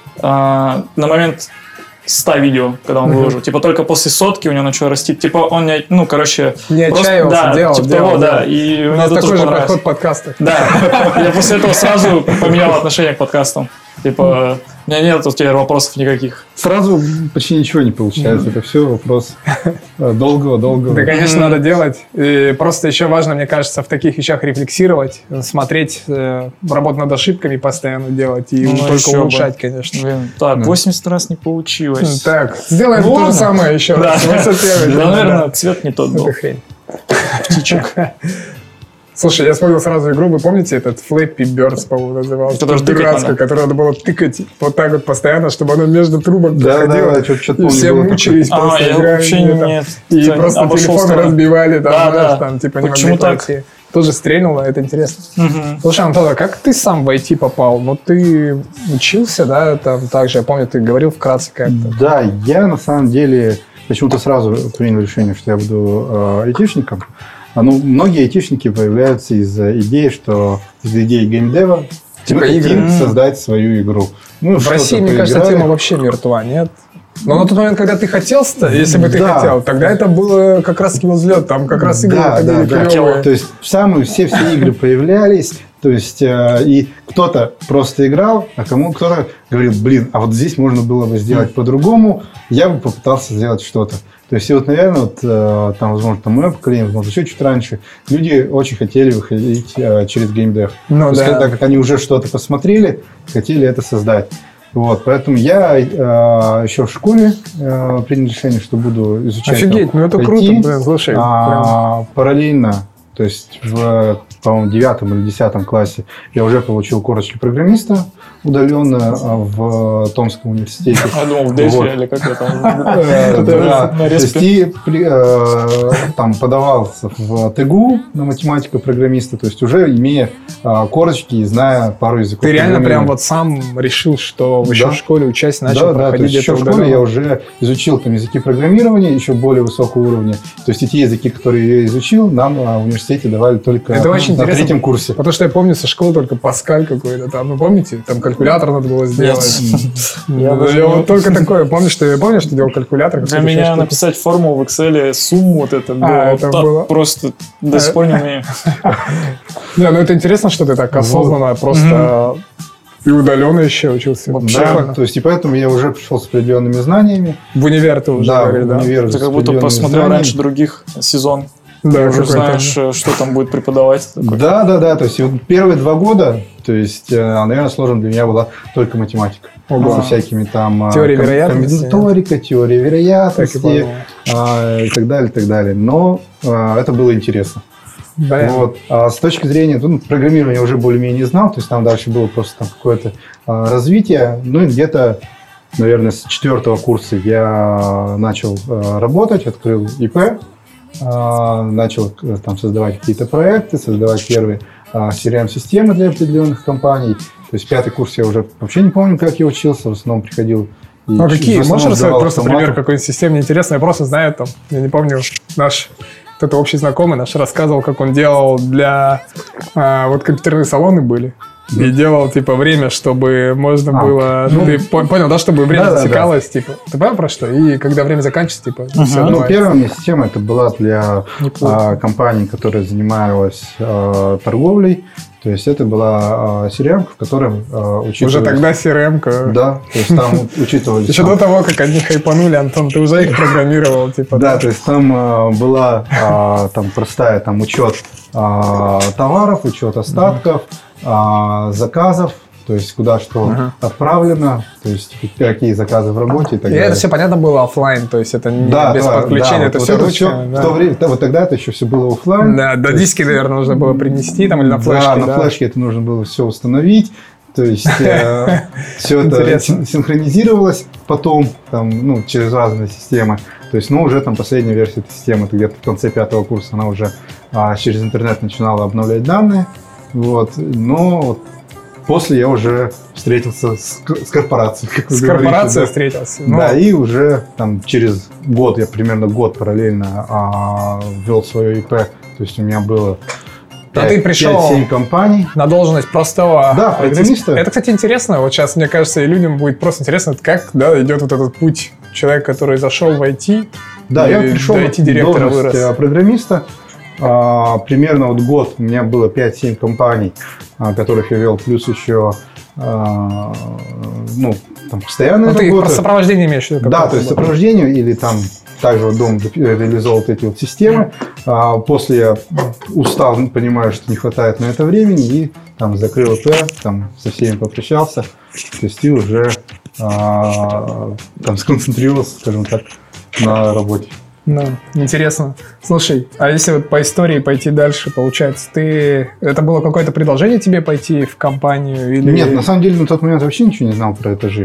на момент 100 видео, когда он выложил. Типа только после 100 у него начало расти. Типа он не отчаивался, делал. И у меня нас такой же подход подкаста. Да. Я после этого сразу поменял отношение к подкастам. Типа, у меня нет теперь вопросов никаких. Сразу почти ничего не получается. Это все вопрос долгого. Да, конечно, надо делать. И просто еще важно, мне кажется, в таких вещах рефлексировать, смотреть, работать над ошибками постоянно делать и только улучшать, конечно. Так, 80 раз не получилось. Так, сделаем то же самое еще раз. Наверное, цвет не тот был. Это хрень. Птичек. Слушай, я вспомнил сразу игру, вы помните, этот Flappy Birds, по-моему, назывался? Это дурацкая, которую надо было тыкать вот так вот постоянно, чтобы оно между трубок проходило. Да, что-то и все мучились просто я вообще нет. И просто телефоны разбивали, там, типа, не могли пройти. Тоже стрельнуло, это интересно. Слушай, Антон, а как ты сам в IT попал? Ну, ты учился, да, там также, я помню, ты говорил вкратце как-то. Да, я на самом деле почему-то сразу принял решение, что я буду айтишником. Многие айтишники появляются из-за идеи геймдева, типа игры, создать свою игру. В России, мне кажется, тема вообще мертва, нет? Но на тот момент, когда ты хотел, если бы ты хотел, тогда это было как раз взлет, там как раз игры были клевые. То есть все игры появлялись, то есть и кто-то просто играл, а кто-то говорил, а вот здесь можно было бы сделать по-другому, я бы попытался сделать что-то. То есть, наверное, там, возможно, мое поколение, возможно, еще чуть раньше, люди очень хотели выходить через геймдев. Так как они уже что-то посмотрели, хотели это создать. Вот, поэтому я еще в школе принял решение, что буду изучать. Офигеть, это IT, круто, блин, слушай. Параллельно, то есть по-моему, 9 или 10 классе я уже получил корочки программиста удаленно в Томском университете. Я думал, в Дельфи или как это. То есть там подавался в ТГУ на математика-программиста, то есть уже имея корочки и зная пару языков. Ты реально прям вот сам решил, что еще в школе учась начал проходить еще в школе я уже изучил там языки программирования еще более высокого уровня. То есть и те языки, которые я изучил, нам в университете давали только на третьем курсе. Потому что я помню со школы только Паскаль какой-то там. Вы помните? Там калькулятор надо было сделать. Я вот только такое. Помню, что делал калькулятор. Для меня написать формулу в Excel, сумму вот это было просто до сих пор не умею. Не, ну это интересно, что ты так осознанно просто и удаленно еще учился. Да, то есть и поэтому я уже пришел с определенными знаниями. В универ ты уже говоришь, да? Ты как будто посмотрел раньше других сезон. Да, уже знаешь, что там будет преподавать. Да. То есть первые 2 года, то есть, наверное, сложно для меня была только математика. Со всякими там теория вероятности, комбинаторика, теория вероятности и так далее, и так далее. Но это было интересно. Вот. А с точки зрения программирования я уже более-менее знал, то есть там дальше было просто там какое-то развитие. Ну и где-то, наверное, с 4-го курса я начал работать, открыл ИП, начал там создавать какие-то проекты, создавать первые CRM-системы для определенных компаний. То есть 5-й курс я уже вообще не помню, как я учился, в основном приходил. Ну, какие? Можешь рассказать просто пример какой-нибудь системы интересный? Я просто знаю, там, я не помню, наш кто-то общий знакомый наш рассказывал, как он делал для... вот компьютерные салоны были. И делал, типа, время, чтобы можно было... Ну, ты понял, да, чтобы время засекалось, типа... Ты понял про что? И когда время заканчивается, типа... Ну, первая у меня система, это была для компании, которая занималась торговлей. То есть это была CRM, в котором учитывались... Уже тогда CRM-ка... Да, то есть там учитывались... Еще до того, как они хайпанули, Антон, ты уже их программировал, типа... Да, то есть там была там простая там учет товаров, учет остатков, заказов, то есть куда что отправлено, то есть какие заказы в работе и так далее. И это все понятно было офлайн, то есть это не без подключения, это все ручно. В то время, вот тогда это еще все было офлайн. Да, до диски, наверное, нужно было принести там или на флешке. Да, на флешке это нужно было все установить. То есть все это синхронизировалось потом там, через разные системы. То есть, уже там последняя версия этой системы, где-то в конце 5-го курса, она уже через интернет начинала обновлять данные. Вот. Но после я уже встретился с корпорацией. Как с корпорацией встретился? Да, и уже там через год, я примерно год параллельно ввел свое ИП. То есть у меня было 5-7 компаний. На должность простого программиста. Это, кстати, интересно. Вот сейчас, мне кажется, и людям будет просто интересно, как идет вот этот путь человека, который зашел в IT. Да, я пришел в должность программиста. Примерно год у меня было 5-7 компаний, которых я вел, плюс еще там постоянная работа. Ты про сопровождение имеешь в виду? Да, то есть сопровождение или там также дом реализовал вот эти системы. После я устал, понимаю, что не хватает на это времени, и там закрыл ИП, там со всеми попрощался, то есть и уже там сконцентрировался, скажем так, на работе. Интересно. Слушай, а если по истории пойти дальше, получается, это было какое-то предложение тебе пойти в компанию? Или... Нет, на самом деле на тот момент вообще ничего не знал про этажи.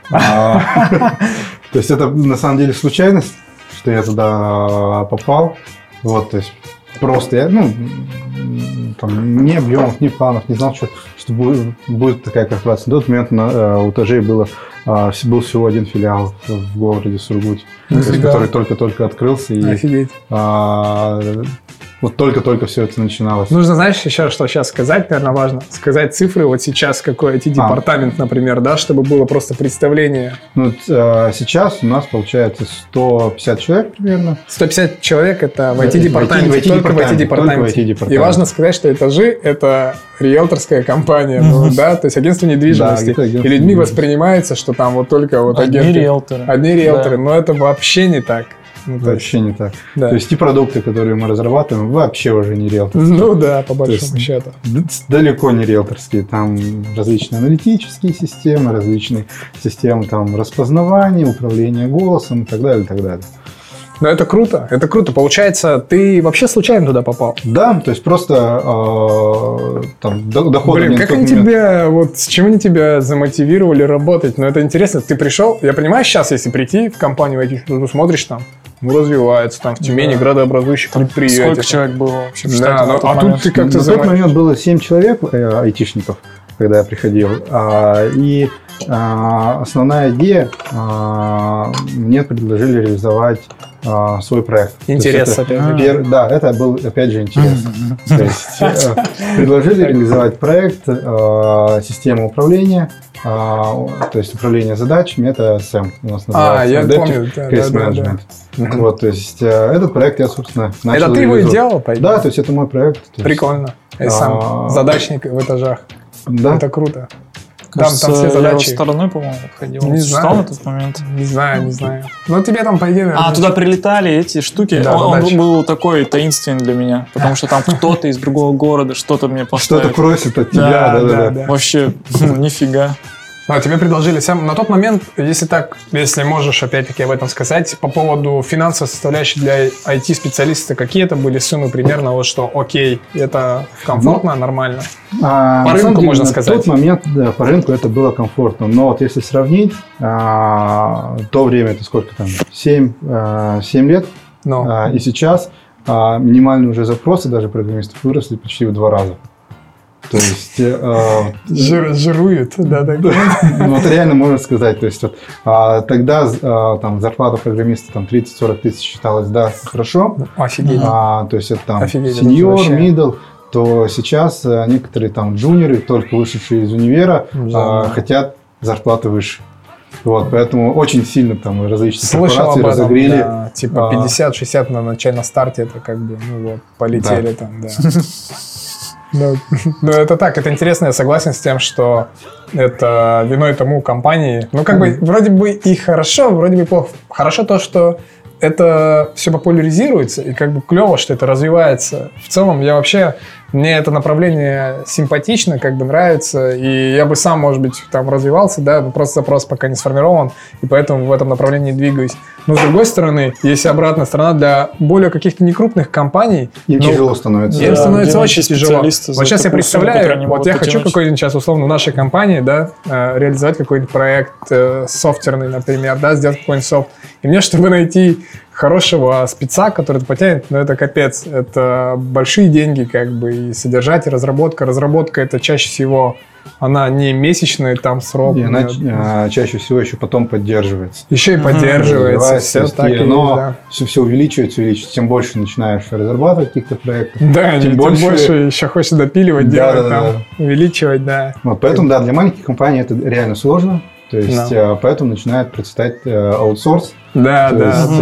То есть это на самом деле случайность, что я туда попал. Вот, то есть просто я, там, ни объемов, ни планов, не знал, что будет такая корпорация. На тот момент у этажей был всего один филиал в городе Сургуте, который только-только открылся. Офигеть. Вот только-только все это начиналось. Нужно, знаешь, еще что сейчас сказать, наверное, важно. Сказать цифры вот сейчас, какой IT-департамент, например, да, чтобы было просто представление. Сейчас у нас получается 150 человек примерно. 150 человек это в IT-департаменте, только в IT-департаменте. И важно сказать, что этажи – это риэлторская компания, да, то есть агентство недвижимости. И людьми воспринимается, что там вот только вот одни риэлторы. Одни риэлторы, но это вообще не так. Вообще не так. Да. То есть те продукты, которые мы разрабатываем, вообще уже не риэлторские. По большому счету. Далеко не риэлторские. Там различные аналитические системы, различные системы там, распознавания, управления голосом и так далее, и так далее. Но это круто, это круто. Получается, ты вообще случайно туда попал? Да, то есть просто там доходы... Блин, как они тебя, с чем они тебя замотивировали работать? Ну, это интересно, ты пришел, я понимаю, сейчас, если прийти в компанию IT, смотришь там, развивается, там в Тюмени градообразующих предприятий. Сколько человек было вообще в штате? Да, а тут ты как-то... На тот момент было 7 человек, айтишников, когда я приходил, и основная идея, мне предложили реализовать свой проект. Интерес, опять же. Да, это был, опять же, интерес. То есть предложили реализовать проект, систему управления, то есть управление задачами, это SAM у нас называется. Я помню. Case Management. Вот, то есть этот проект я, собственно, начал Это ты его и делал, по идее? Да, то есть это мой проект. Прикольно. Я сам задачник в этажах. Да. Это круто. Кажется, там все задачи. Я стороной, по-моему, обходил. Не знаю. На тот момент? Не знаю. Но тебе там, по идее, наверное... туда прилетали эти штуки. Да, он был такой таинственный для меня, потому что там кто-то из другого города что-то мне поставит. Что-то просит от тебя. Да. Вообще, нифига. А тебе предложили на тот момент, если можешь опять-таки об этом сказать, по поводу финансовой составляющей для IT-специалиста, какие это были суммы примерно, вот что окей, это комфортно, нормально? По рынку, можно сказать. В тот момент, да, по рынку это было комфортно, но вот если сравнить, то время, это сколько там, 7 лет, и сейчас минимальные уже запросы даже программистов выросли почти в 2 раза. То есть... Жируют, да. Вот реально можно сказать. То есть вот, тогда там зарплата программиста там 30-40 тысяч считалась, да, хорошо. Офигеть. То есть это там сеньор, мидл. То сейчас некоторые там джуниоры, только вышедшие из универа, хотят зарплаты выше. Вот, поэтому очень сильно там различные корпорации разогрели. Да, типа 50-60 на начальном старте, это как бы, полетели там, да. Ну, это так, это интересно, я согласен с тем, что это виной тому компании. Ну, как бы, вроде бы и хорошо, вроде бы плохо. Хорошо то, что это все популяризируется, и как бы клево, что это развивается. В целом, мне это направление симпатично, как бы нравится, и я бы сам, может быть, там развивался, да, но просто запрос пока не сформирован, и поэтому в этом направлении двигаюсь. Но, с другой стороны, есть обратная сторона для более каких-то некрупных компаний. Им тяжело становится. Им становится очень тяжело. Вот сейчас я представляю, вот я хочу какой-нибудь сейчас, условно, в нашей компании, да, реализовать какой-нибудь проект софтверный, например, да, сделать какой-нибудь софт. И мне, чтобы найти хорошего спеца, который это потянет, это капец. Это большие деньги, как бы, и содержать, и разработка. Разработка это чаще всего, она не месячный там срок. И она чаще всего еще потом поддерживается. Еще и поддерживается. Все так но все увеличивается. Тем больше начинаешь разрабатывать каких-то проектов. Да, тем больше еще хочешь допиливать, делать, увеличивать, да. Вот, поэтому, да, для маленьких компаний это реально сложно. То есть, поэтому начинает процветать аутсорс. Да,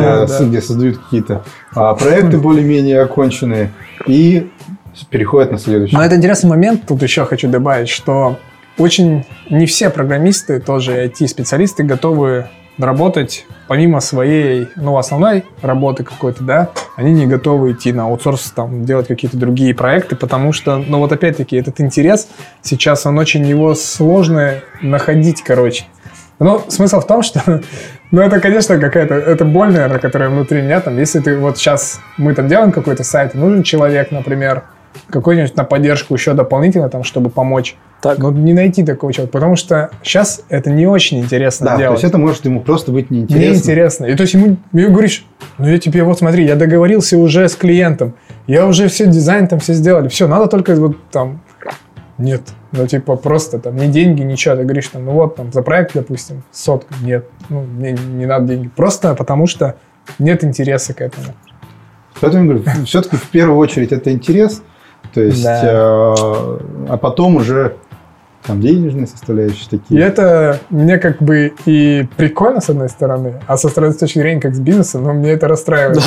где создают какие-то проекты более-менее оконченные и переходят на следующий. Но это интересный момент. Тут еще хочу добавить, что очень не все программисты, тоже IT-специалисты, готовы работать помимо своей, основной работы какой-то, да, они не готовы идти на аутсорс, там, делать какие-то другие проекты, потому что, вот опять-таки, этот интерес сейчас, его сложно находить, короче. Но смысл в том, что, это, конечно, какая-то, это боль, наверное, которая внутри меня, там, если ты, вот сейчас мы там делаем какой-то сайт, нужен человек, например, какой-нибудь на поддержку еще дополнительно, там, чтобы помочь. Так. Но не найти такого человека, потому что сейчас это не очень интересно делать. То есть это может ему просто быть неинтересно. Неинтересно. И то есть ему говоришь, я тебе, вот смотри, я договорился уже с клиентом, я уже все дизайн там все сделали, все, надо только вот там... Нет. Просто там ни деньги, ничего. Ты говоришь, там, за проект, допустим, 100. Нет. Мне не надо деньги. Просто потому что нет интереса к этому. Поэтому я говорю, все-таки в первую очередь это интерес. То есть, а потом уже там денежные составляющие такие. И это мне как бы и прикольно, с одной стороны, а со стороны, с точки зрения как с бизнеса, мне это расстраивает.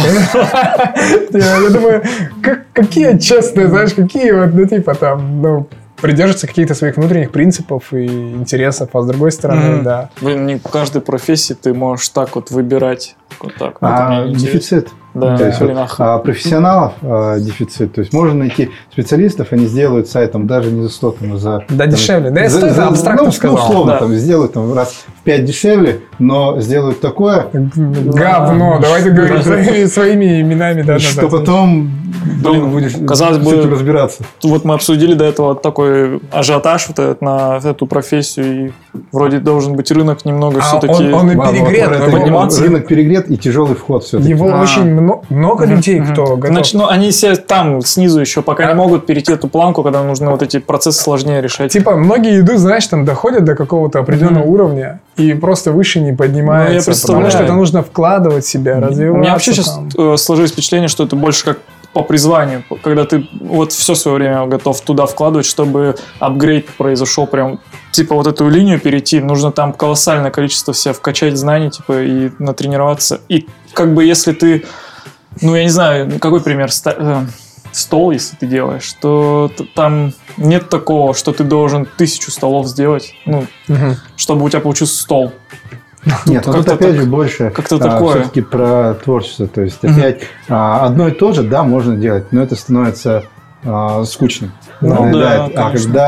Я думаю, какие честные, знаешь, какие придерживаться каких-то своих внутренних принципов и интересов, а с другой стороны, да. Не в каждой профессии ты можешь так вот выбирать. Вот так. Дефицит. Да, то есть профессионалов дефицит. То есть можно найти специалистов, они сделают сайт даже не за 100, но за... Да, дешевле. Да, я это абстрактно сказал. Условно, сделают раз в 5 дешевле, но сделают такое... Говно. Давайте говорить своими именами. Да, что потом будешь казалось с этим разбираться. Вот мы обсудили до этого такой ажиотаж на эту профессию, и вроде должен быть рынок немного все-таки... Он и перегрет. Рынок перегрет и тяжелый вход все-таки. Его очень много людей, кто готов. Значит, они все там снизу еще пока не могут перейти эту планку, когда нужно вот эти процессы сложнее решать. Многие идут, знаешь, доходят до какого-то определенного уровня и просто выше не поднимаются, потому что это нужно вкладывать в себя, развиваться. У меня вообще сейчас сложилось впечатление, что это больше как по призванию, когда ты вот все свое время готов туда вкладывать, чтобы апгрейд произошел прям, вот эту линию перейти, нужно там колоссальное количество себя вкачать знаний, и натренироваться. И если ты, я не знаю, какой пример, стол, если ты делаешь, то там нет такого, что ты должен 1000 столов сделать, чтобы у тебя получился стол. Нет, тут опять же больше все-таки про творчество. То есть опять одно и то же, да, можно делать, но это становится скучным. Когда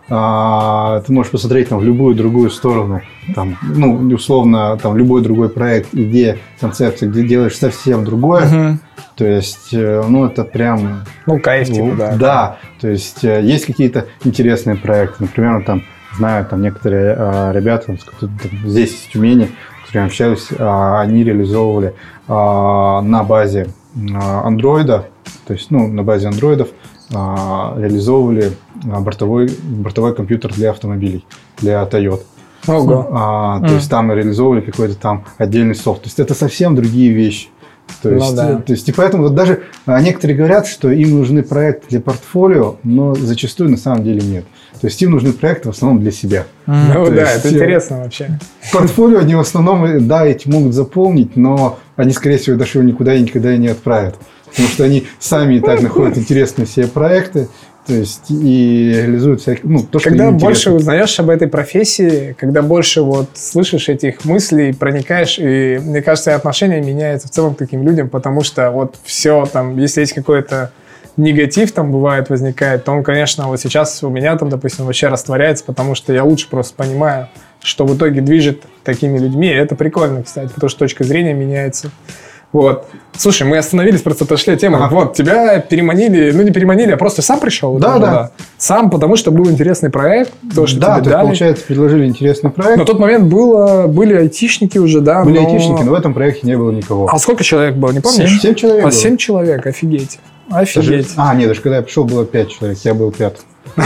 ты можешь посмотреть там в любую другую сторону, там, ну, условно, там, любой другой проект, идея, концепция, где делаешь совсем другое. То есть, ну, это прям... Ну, кайф, типа, да. Да, то есть, есть какие-то интересные проекты. Например, там, знаю, там некоторые ребята здесь, в Тюмени, с которыми общаюсь, они реализовывали на базе андроида, то есть, ну, на базе андроидов реализовывали бортовой компьютер для автомобилей, для Toyota. Ого. То есть, там реализовывали какой-то там отдельный софт. То есть, это совсем другие вещи. То есть, то есть, и поэтому вот даже некоторые говорят, что им нужны проекты для портфолио, но зачастую на самом деле нет. То есть им нужны проекты в основном для себя. Ну да, это интересно вообще. Портфолио они в основном, да, эти могут заполнить, но они, скорее всего, даже его никуда и никогда и не отправят. Потому что они сами и так находят интересные себе проекты. То есть и реализуют всякие, ну, то, что когда больше узнаешь об этой профессии, когда больше вот слышишь этих мыслей, проникаешь, и мне кажется, отношение меняется в целом к таким людям, потому что вот все там, если есть какой-то негатив там бывает, возникает, то он, конечно, вот сейчас у меня там, допустим, вообще растворяется, потому что я лучше просто понимаю, что в итоге движет такими людьми. И это прикольно, кстати, потому что точка зрения меняется. Вот. Слушай, мы остановились, просто отошли от темы. Вот, тебя переманили, ну не переманили, а просто сам пришел? Да, да. Сам, потому что был интересный проект, то, что да, тебе дали. Получается, предложили интересный проект. На тот момент были айтишники уже, да? Были айтишники, но в этом проекте не было никого. А сколько человек было, не помнишь? 7 человек было. 7 человек, офигеть. Офигеть. Нет, даже когда я пришел, было 5 человек, я был 5.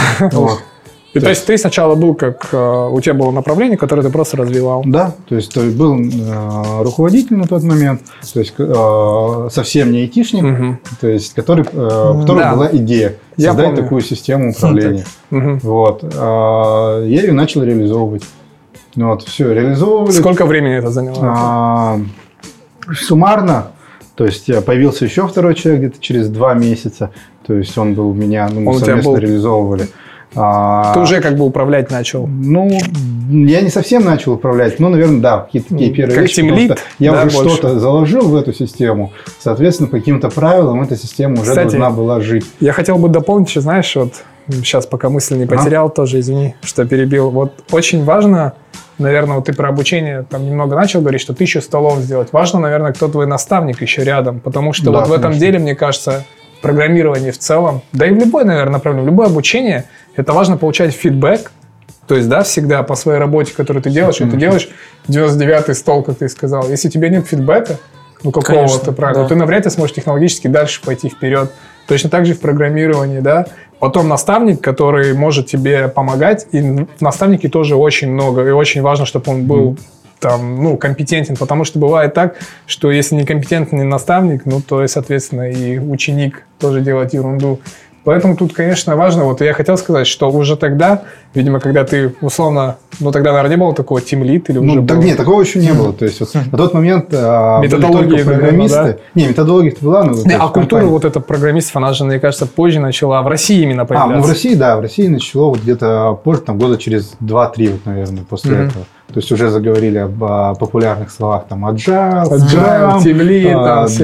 И то есть ты сначала был как... У тебя было направление, которое ты просто развивал? Да, то есть был руководитель на тот момент, то есть совсем не айтишник, то есть у которого была идея создать такую систему управления. Вот. Я ее начал реализовывать. Вот, все, реализовывали. Сколько времени это заняло? Суммарно, то есть появился еще второй человек где-то через 2 месяца, то есть он был у меня, мы совместно реализовывали. Ты уже как бы управлять начал? Ну, я не совсем начал управлять, но, наверное, да, какие-то такие первые как вещи. тимлид, я уже что-то заложил в эту систему, соответственно, по каким-то правилам эта система уже должна была жить. Я хотел бы дополнить, знаешь, вот сейчас пока мысль не потерял, тоже извини, что перебил. Вот очень важно, наверное, вот ты про обучение там немного начал говорить, что 1000 столов сделать. Важно, наверное, кто твой наставник еще рядом, потому что вот в этом деле, мне кажется, программирование в целом, да и в любой, наверное, направлении, в любое обучение, это важно получать фидбэк, то есть, да, всегда по своей работе, которую ты делаешь, и ты делаешь 99-й стол, как ты сказал. Если у тебя нет фидбэка, ну, какого-то, правильно, ты навряд ли сможешь технологически дальше пойти вперед. Точно так же в программировании, да. Потом наставник, который может тебе помогать, и в наставнике тоже очень много, и очень важно, чтобы он был там, ну, компетентен, потому что бывает так, что если некомпетентный наставник, ну, то, соответственно, и ученик тоже делает ерунду. Поэтому тут, конечно, важно, вот я хотел сказать, что уже тогда, видимо, когда ты условно, ну тогда, наверное, не было такого тимлид или уже было? Нет, такого еще не было. То есть вот на тот момент методологии, программисты. Наверное, да? Не, методология-то была. А культура вот эта программистов, она же, мне кажется, позже начала, в России именно появляться. Ну в России, да, в России начало вот где-то позже, там года через 2-3, вот, наверное, после этого. То есть уже заговорили об популярных словах, там, agile, тимлид,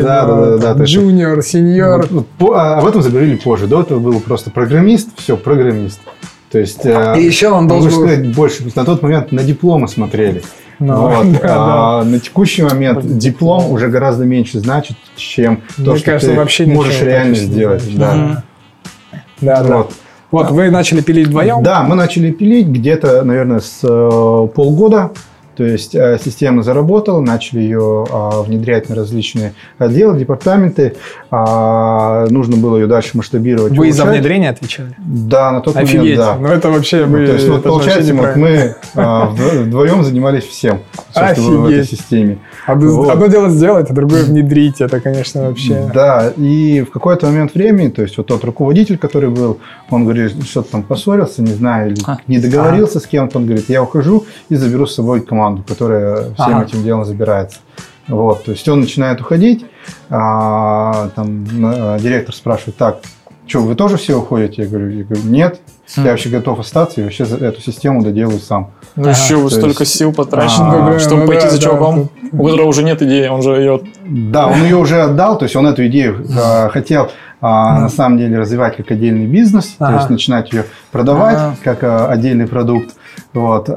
junior, senior. Об этом заговорили позже. До этого был просто программист, все, программист. То есть, и еще он должен сказать больше. На тот момент на дипломы смотрели. На текущий момент диплом уже гораздо меньше значит, чем то, что ты можешь реально сделать. Вот, вы начали пилить вдвоем? Да, мы начали пилить где-то, наверное, с полгода. То есть система заработала, начали ее внедрять на различные отделы, департаменты. Нужно было ее дальше масштабировать. Вы за внедрение отвечали? Да, на тот момент, да. Ну, это вообще... То есть, вот, получается, мы вдвоем занимались всем, что было в этой системе. Одно дело сделать, а другое внедрить. Это, конечно, вообще... Да, и в какой-то момент времени, то есть, вот тот руководитель, который был, он говорит, что-то там поссорился, не знаю, или не договорился с кем-то. Он говорит, я ухожу и заберу с собой команду, которая всем этим делом забирается. Вот, то есть он начинает уходить, там директор спрашивает, так, что, вы тоже все уходите? Я говорю, нет, я вообще готов остаться и вообще эту систему доделаю сам. Ну еще вы столько сил потрачены, чтобы пойти за чуваком, у которого уже нет идеи, он же ее... Да, он ее уже отдал, то есть он эту идею хотел на самом деле развивать как отдельный бизнес, то есть начинать ее продавать как отдельный продукт. Вот.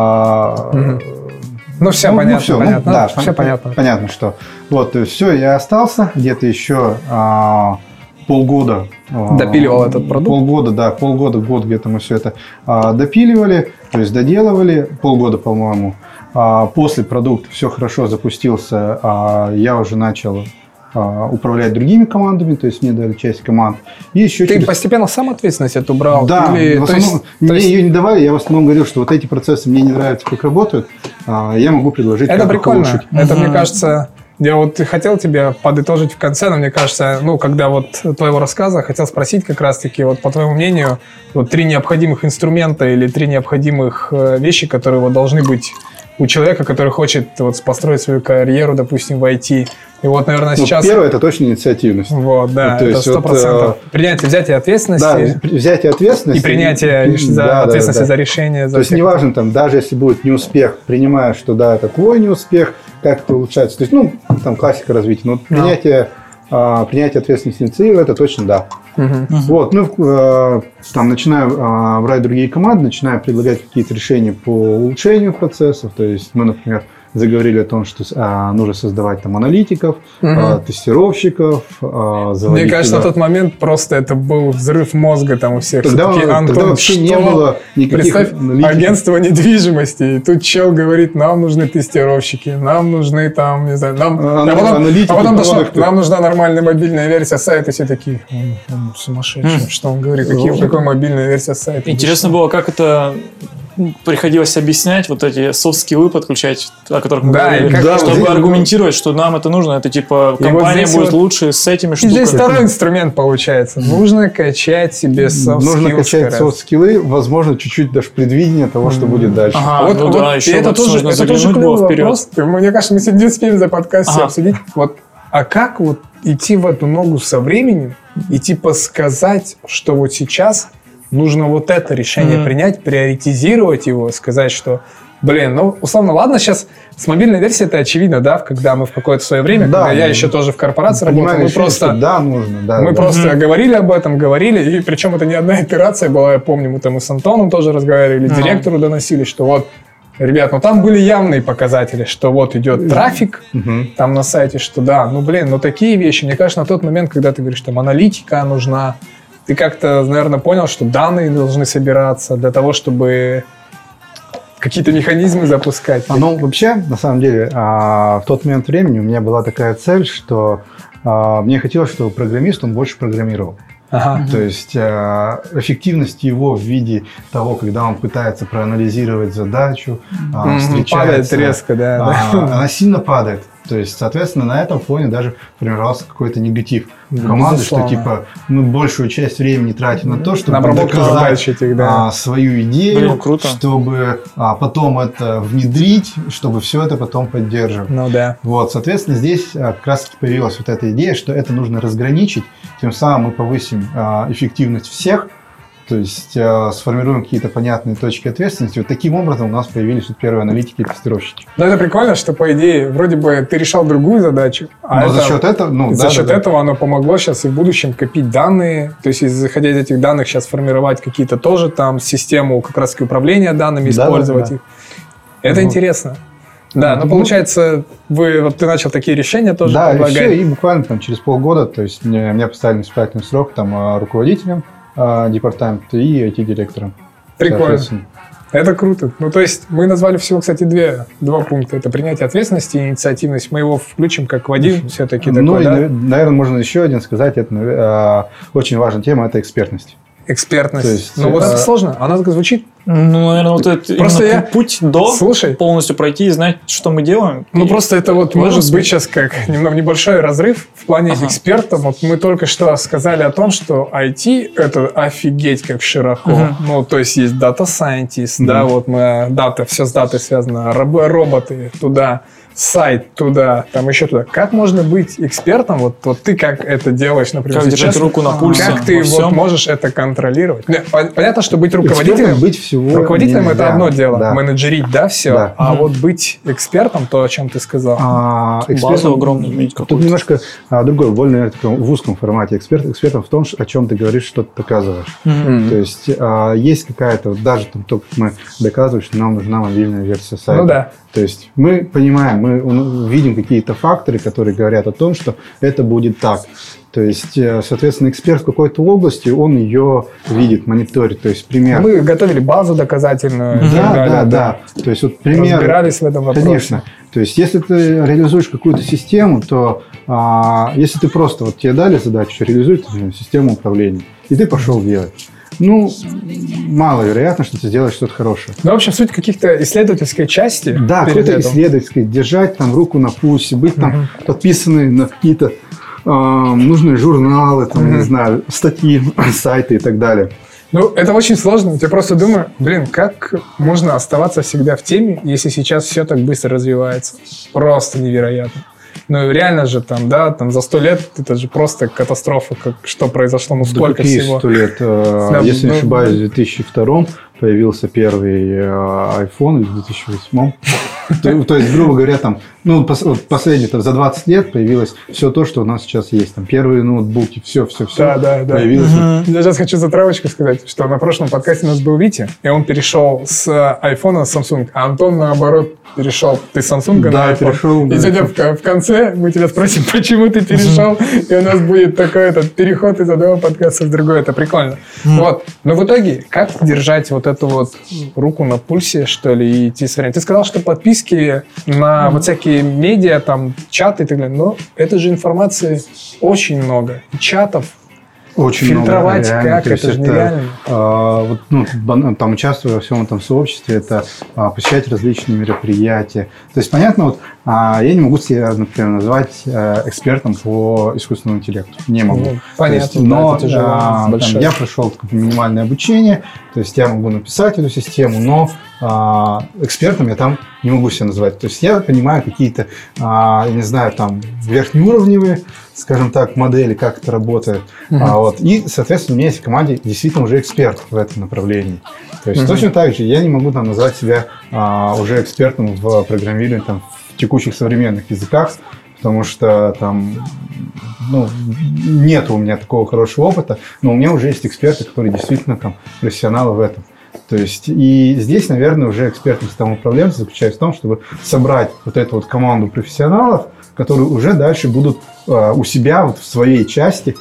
Ну, все понятно. Понятно. Да, все понятно. Понятно, что. Вот, то есть все, я остался где-то еще полгода. Допиливал этот продукт? Полгода, год где-то мы все это допиливали, то есть доделывали, полгода, по-моему. После продукта все хорошо запустился, я уже начал управлять другими командами, то есть мне дали часть команд. И еще ты постепенно сам ответственность эту брал? Да, или, в основном, мне ее не давали, я в основном говорил, что вот эти процессы мне не нравятся, как работают, я могу предложить, это как прикольно. улучшить. Это, мне кажется, я вот хотел тебя подытожить в конце, но мне кажется, ну, когда вот твоего рассказа, хотел спросить как раз-таки, вот по твоему мнению, вот 3 необходимых инструмента или 3 необходимых вещи, которые вот должны быть у человека, который хочет вот построить свою карьеру, допустим, в IT. И вот, наверное, сейчас... Первое – это точно инициативность. Вот, да, то это есть 100%. Принятие, взятие ответственности. Да, взятие ответственности. И принятие ответственности за решение. То есть, неважно, там, даже если будет неуспех, принимая, что да, это твой неуспех, как это улучшается. То есть, ну, там классика развития. Но принятие ответственности инициативы – это точно да. Вот, там начинаю брать другие команды, начинаю предлагать какие-то решения по улучшению процессов. То есть мы, например, заговорили о том, что нужно создавать там аналитиков, тестировщиков. Мне кажется, на тот момент просто это был взрыв мозга там у всех. Тогда вообще не было никаких аналитиков. Агентство недвижимости, и тут чел говорит, нам нужны тестировщики, нам нужны там, не знаю, потом дошло, нам нужна нормальная мобильная версия сайта, все такие, он сумасшедший, что он говорит, какая мобильная версия сайта. Интересно было, как это... приходилось объяснять вот эти софт-скиллы подключать, о которых мы говорили, чтобы аргументировать, что нам это нужно. Это типа компания будет лучше с этими штуками. Здесь второй инструмент получается. Нужно качать себе софт-скиллы. Нужно качать софт-скиллы, возможно, чуть-чуть даже предвидение того, что будет дальше. Это тоже клевый вопрос. Мне кажется, мы сегодня успеем за подкаст все обсудить. А как вот идти в эту ногу со временем и типа сказать, что вот сейчас... нужно вот это решение принять, приоритизировать его, сказать, что, условно, ладно, сейчас с мобильной версией это очевидно, да, когда мы в какое-то свое время, когда я еще тоже в корпорации работал, мы просто... Мы просто говорили об этом, и причем это не одна итерация была, я помню, мы там и с Антоном тоже разговаривали, директору доносили, что вот, ребят, там были явные показатели, что вот идет трафик там на сайте, что да, такие вещи, мне кажется, на тот момент, когда ты говоришь, там, аналитика нужна, ты как-то, наверное, понял, что данные должны собираться для того, чтобы какие-то механизмы запускать. Вообще, на самом деле, в тот момент времени у меня была такая цель, что мне хотелось, чтобы программист, он больше программировал. То есть эффективность его в виде того, когда он пытается проанализировать задачу, встречается... Падает резко, да. Она сильно падает. То есть, соответственно, на этом фоне даже формировался какой-то негатив в команде, что типа мы большую часть времени тратим на то, чтобы доказать свою идею, чтобы потом это внедрить, чтобы все это потом поддерживать. Вот, соответственно, здесь как раз появилась вот эта идея, что это нужно разграничить, тем самым мы повысим эффективность всех. То есть сформируем какие-то понятные точки ответственности. Вот таким образом у нас появились первые аналитики и тестировщики. Это прикольно, что, по идее, вроде бы ты решал другую задачу, но за счет этого, за счет этого оно помогло сейчас и в будущем копить данные. То есть, исходя из этих данных, сейчас формировать какие-то тоже там систему как раз управления данными, использовать их. Это интересно. Да, получается, ты начал такие решения тоже предлагать. Да, и буквально через полгода, то есть мне поставили испытательный срок руководителем департамента и IT-директором. Прикольно. Это круто. То есть мы назвали всего, кстати, два пункта. Это принятие ответственности и инициативность. Мы его включим как в один все-таки. Наверное, можно еще один сказать. Это очень важная тема, это экспертность. Экспертность. Есть, это сложно. Она так звучит. Наверное, вот это просто путь до полностью пройти и знать, что мы делаем. Просто это может быть сейчас как небольшой разрыв в плане экспертов. Мы только что сказали о том, что IT – это офигеть как широко. То есть Data Scientist, да, мы дата, все с датой связано, роботы туда. сайт туда, там еще туда. Как можно быть экспертом? Вот ты как это делаешь, например, как сейчас? держать руку на пульсе? Как ты вот можешь это контролировать? Понятно, что быть руководителем, руководителем это одно дело, менеджерить, да, все. Да. А вот быть экспертом, то, о чем ты сказал. Базу огромную иметь какую-то. Тут немножко другой, более в узком формате. Экспертом в том, о чем ты говоришь, что ты доказываешь. То есть есть какая-то, вот даже там, то, как мы доказываем, что нам нужна мобильная версия сайта. Ну да. То есть мы понимаем, мы видим какие-то факторы, которые говорят о том, что это будет так. То есть, соответственно, эксперт в какой-то области, он ее видит, мониторит. То есть, пример... Мы готовили базу доказательную. Да. То есть, вот пример... Разбирались в этом вопросе. Конечно. То есть, если ты реализуешь какую-то систему, то если ты просто, вот тебе дали задачу реализовать систему управления, и ты пошел делать. Маловероятно, что ты сделаешь что-то хорошее. Ну, в общем, суть каких-то исследовательской части. Да, какой-то исследовательской, держать там руку на пульсе, быть там подписаны на какие-то нужные журналы, там, не знаю, статьи, сайты и так далее. Ну, это очень сложно. Я просто думаю, как можно оставаться всегда в теме, если сейчас все так быстро развивается. Просто невероятно. Ну, реально же там, да, там за 100 лет это же просто катастрофа, что произошло, сколько всего. 100 лет. Если не ошибаюсь, в 2002 появился первый iPhone, в 2008. То есть, грубо говоря, там, последние за 20 лет появилось все то, что у нас сейчас есть. Там первые ноутбуки, все появилось. Я сейчас хочу затравочку сказать, что на прошлом подкасте у нас был Витя, и он перешел с iPhone на Samsung, а Антон, наоборот, перешел. Ты с Samsung на iPhone. Перешел. И сегодня в конце мы тебя спросим, почему ты перешел, и у нас будет такой переход из одного подкаста в другой. Это прикольно. Вот. Но в итоге, как держать вот эту вот руку на пульсе, что ли, и идти с временем? Ты сказал, что подписки на вот всякие медиа, там, чаты и так далее, но это же информации очень много. Чатов. Очень фильтровать много, как? Это же нереально. Там участвуя во всем этом сообществе, это посещать различные мероприятия. То есть, понятно, я не могу себя, например, назвать экспертом по искусственному интеллекту. Не могу. Понятно, но я прошел минимальное обучение, то есть я могу написать эту систему, но экспертом я там не могу себя назвать. То есть я понимаю какие-то, я не знаю, там верхнеуровневые, скажем так, модели, как это работает. И, соответственно, у меня есть в команде действительно уже эксперт в этом направлении. То есть точно так же я не могу там назвать себя уже экспертом в программировании там, в текущих современных языках, потому что там нет у меня такого хорошего опыта, но у меня уже есть эксперты, которые действительно там профессионалы в этом. То есть, и здесь, наверное, уже экспертность системы управленца заключается в том, чтобы собрать вот эту вот команду профессионалов, которые уже дальше будут у себя вот в своей части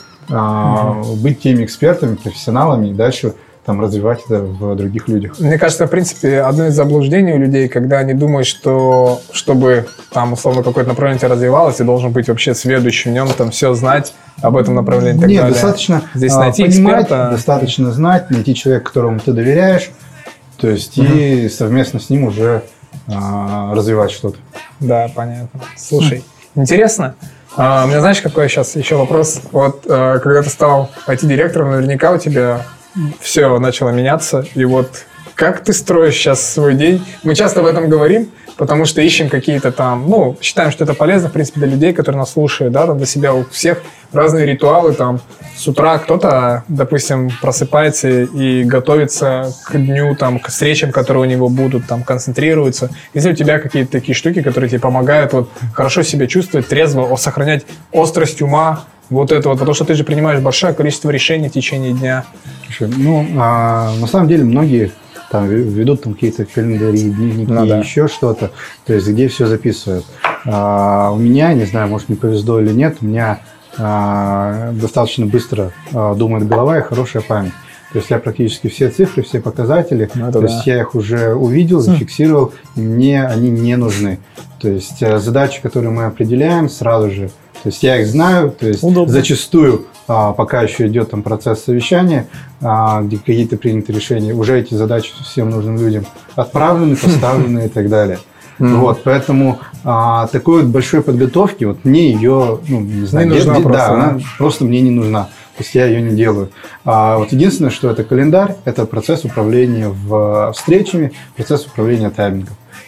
быть теми экспертами, профессионалами и дальше там развивать это в других людях. Мне кажется, в принципе, одно из заблуждений у людей, когда они думают, что чтобы там условно какое-то направление у тебя развивалось, ты должен быть вообще сведущим в нем, там все знать об этом направлении и так далее. Достаточно здесь найти понимать, эксперта, достаточно знать, найти человека, которому ты доверяешь, то есть и совместно с ним уже развивать что-то. Да, понятно. Слушай, интересно. У меня, знаешь, какой сейчас еще вопрос? Вот когда ты стал IT-директором, наверняка у тебя все начало меняться. И вот как ты строишь сейчас свой день? Мы часто об этом говорим, потому что ищем какие-то там, считаем, что это полезно, в принципе, для людей, которые нас слушают, да, там для себя у всех разные ритуалы, там, с утра кто-то, допустим, просыпается и готовится к дню, там, к встречам, которые у него будут, там, концентрируется. Если у тебя какие-то такие штуки, которые тебе помогают вот хорошо себя чувствовать, трезво, сохранять острость ума, вот это вот, потому что ты же принимаешь большое количество решений в течение дня. Слушай, на самом деле многие там ведут там какие-то календари, дневники, еще что-то, то есть где все записывают. У меня, не знаю, может, мне повезло или нет, у меня достаточно быстро думает голова и хорошая память. То есть я практически все цифры, все показатели, есть я их уже увидел, зафиксировал, и мне они не нужны. То есть задачи, которые мы определяем сразу же, то есть я их знаю, то есть зачастую, пока еще идет там процесс совещания, где какие-то приняты решения, уже эти задачи всем нужным людям отправлены, поставлены и так далее. Вот, поэтому такой вот большой подготовки, вот мне ее, не знаю, не нужна просто, она просто мне не нужна. То есть я ее не делаю. Вот единственное, что это календарь, это процесс управления встречами, процесс управления таймингом.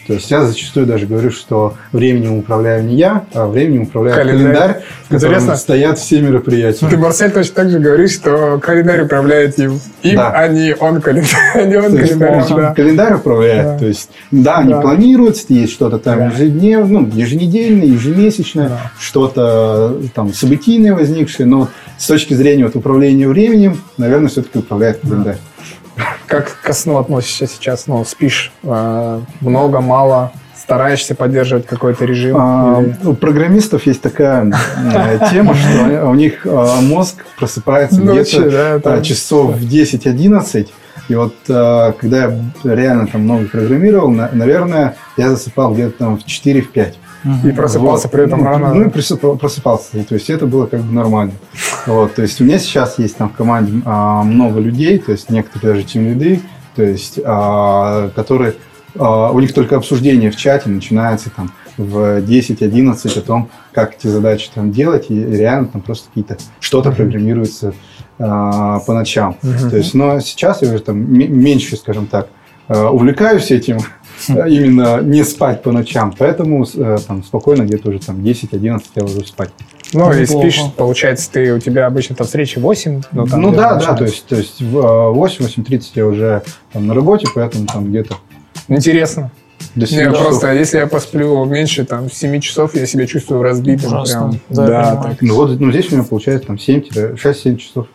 То есть я зачастую даже говорю, что временем управляю не я, а временем управляет календарь, в котором стоят все мероприятия. Ты, Марсель, точно так же говоришь, что календарь управляет им, да. А не он календарь. Календарь управляет. Да. То есть, да, они планируются, есть что-то там ежедневное, еженедельное, ежемесячное, что-то там событийное возникшее, но с точки зрения управления временем, наверное, все-таки управляет календарь. Как ко сну относишься сейчас? Ну, спишь много, мало? Стараешься поддерживать какой-то режим? У программистов есть такая тема, что у них мозг просыпается где-то часов в 10-11. И вот когда я реально там много программировал, наверное, я засыпал где-то там в 4-5. И просыпался при этом рано. Ну, и просыпался. То есть, это было как бы нормально. Вот, то есть, у меня сейчас есть там в команде много людей, то есть, некоторые даже тимлиды, то есть, которые... у них только обсуждение в чате начинается там в 10-11 о том, как эти задачи там делать, и реально там просто какие-то что-то программируется по ночам. То есть, но сейчас я уже там меньше, скажем так, увлекаюсь этим, именно не спать по ночам, поэтому там спокойно где-то уже там 10-11 я ложусь спать. Ну, и спишь, получается, у тебя обычно там встречи 8? Ну да, то есть в 8-8:30 я уже там на работе, поэтому там где-то... Интересно. Просто, если я посплю меньше там 7 часов, я себя чувствую разбитым. Прям, да, так. Ну, здесь у меня получается там 6-7 часов.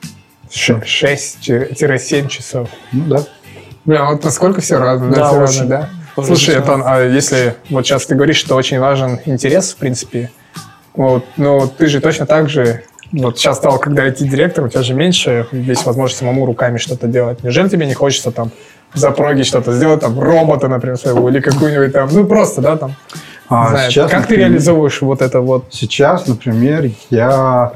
6-7 часов. Ну да. Бля, вот насколько все разное, да? Все разное, да? Слушай, Антон, а если вот сейчас ты говоришь, что очень важен интерес, в принципе, вот, но ты же точно так же, вот сейчас стал, когда IT-директор, у тебя же меньше здесь возможность самому руками что-то делать. Неужели тебе не хочется там запрогить что-то, сделать там робота, например, своего, или какую-нибудь там, ну просто, да, там, сейчас, как ты реализовываешь вот это вот? Сейчас, например, я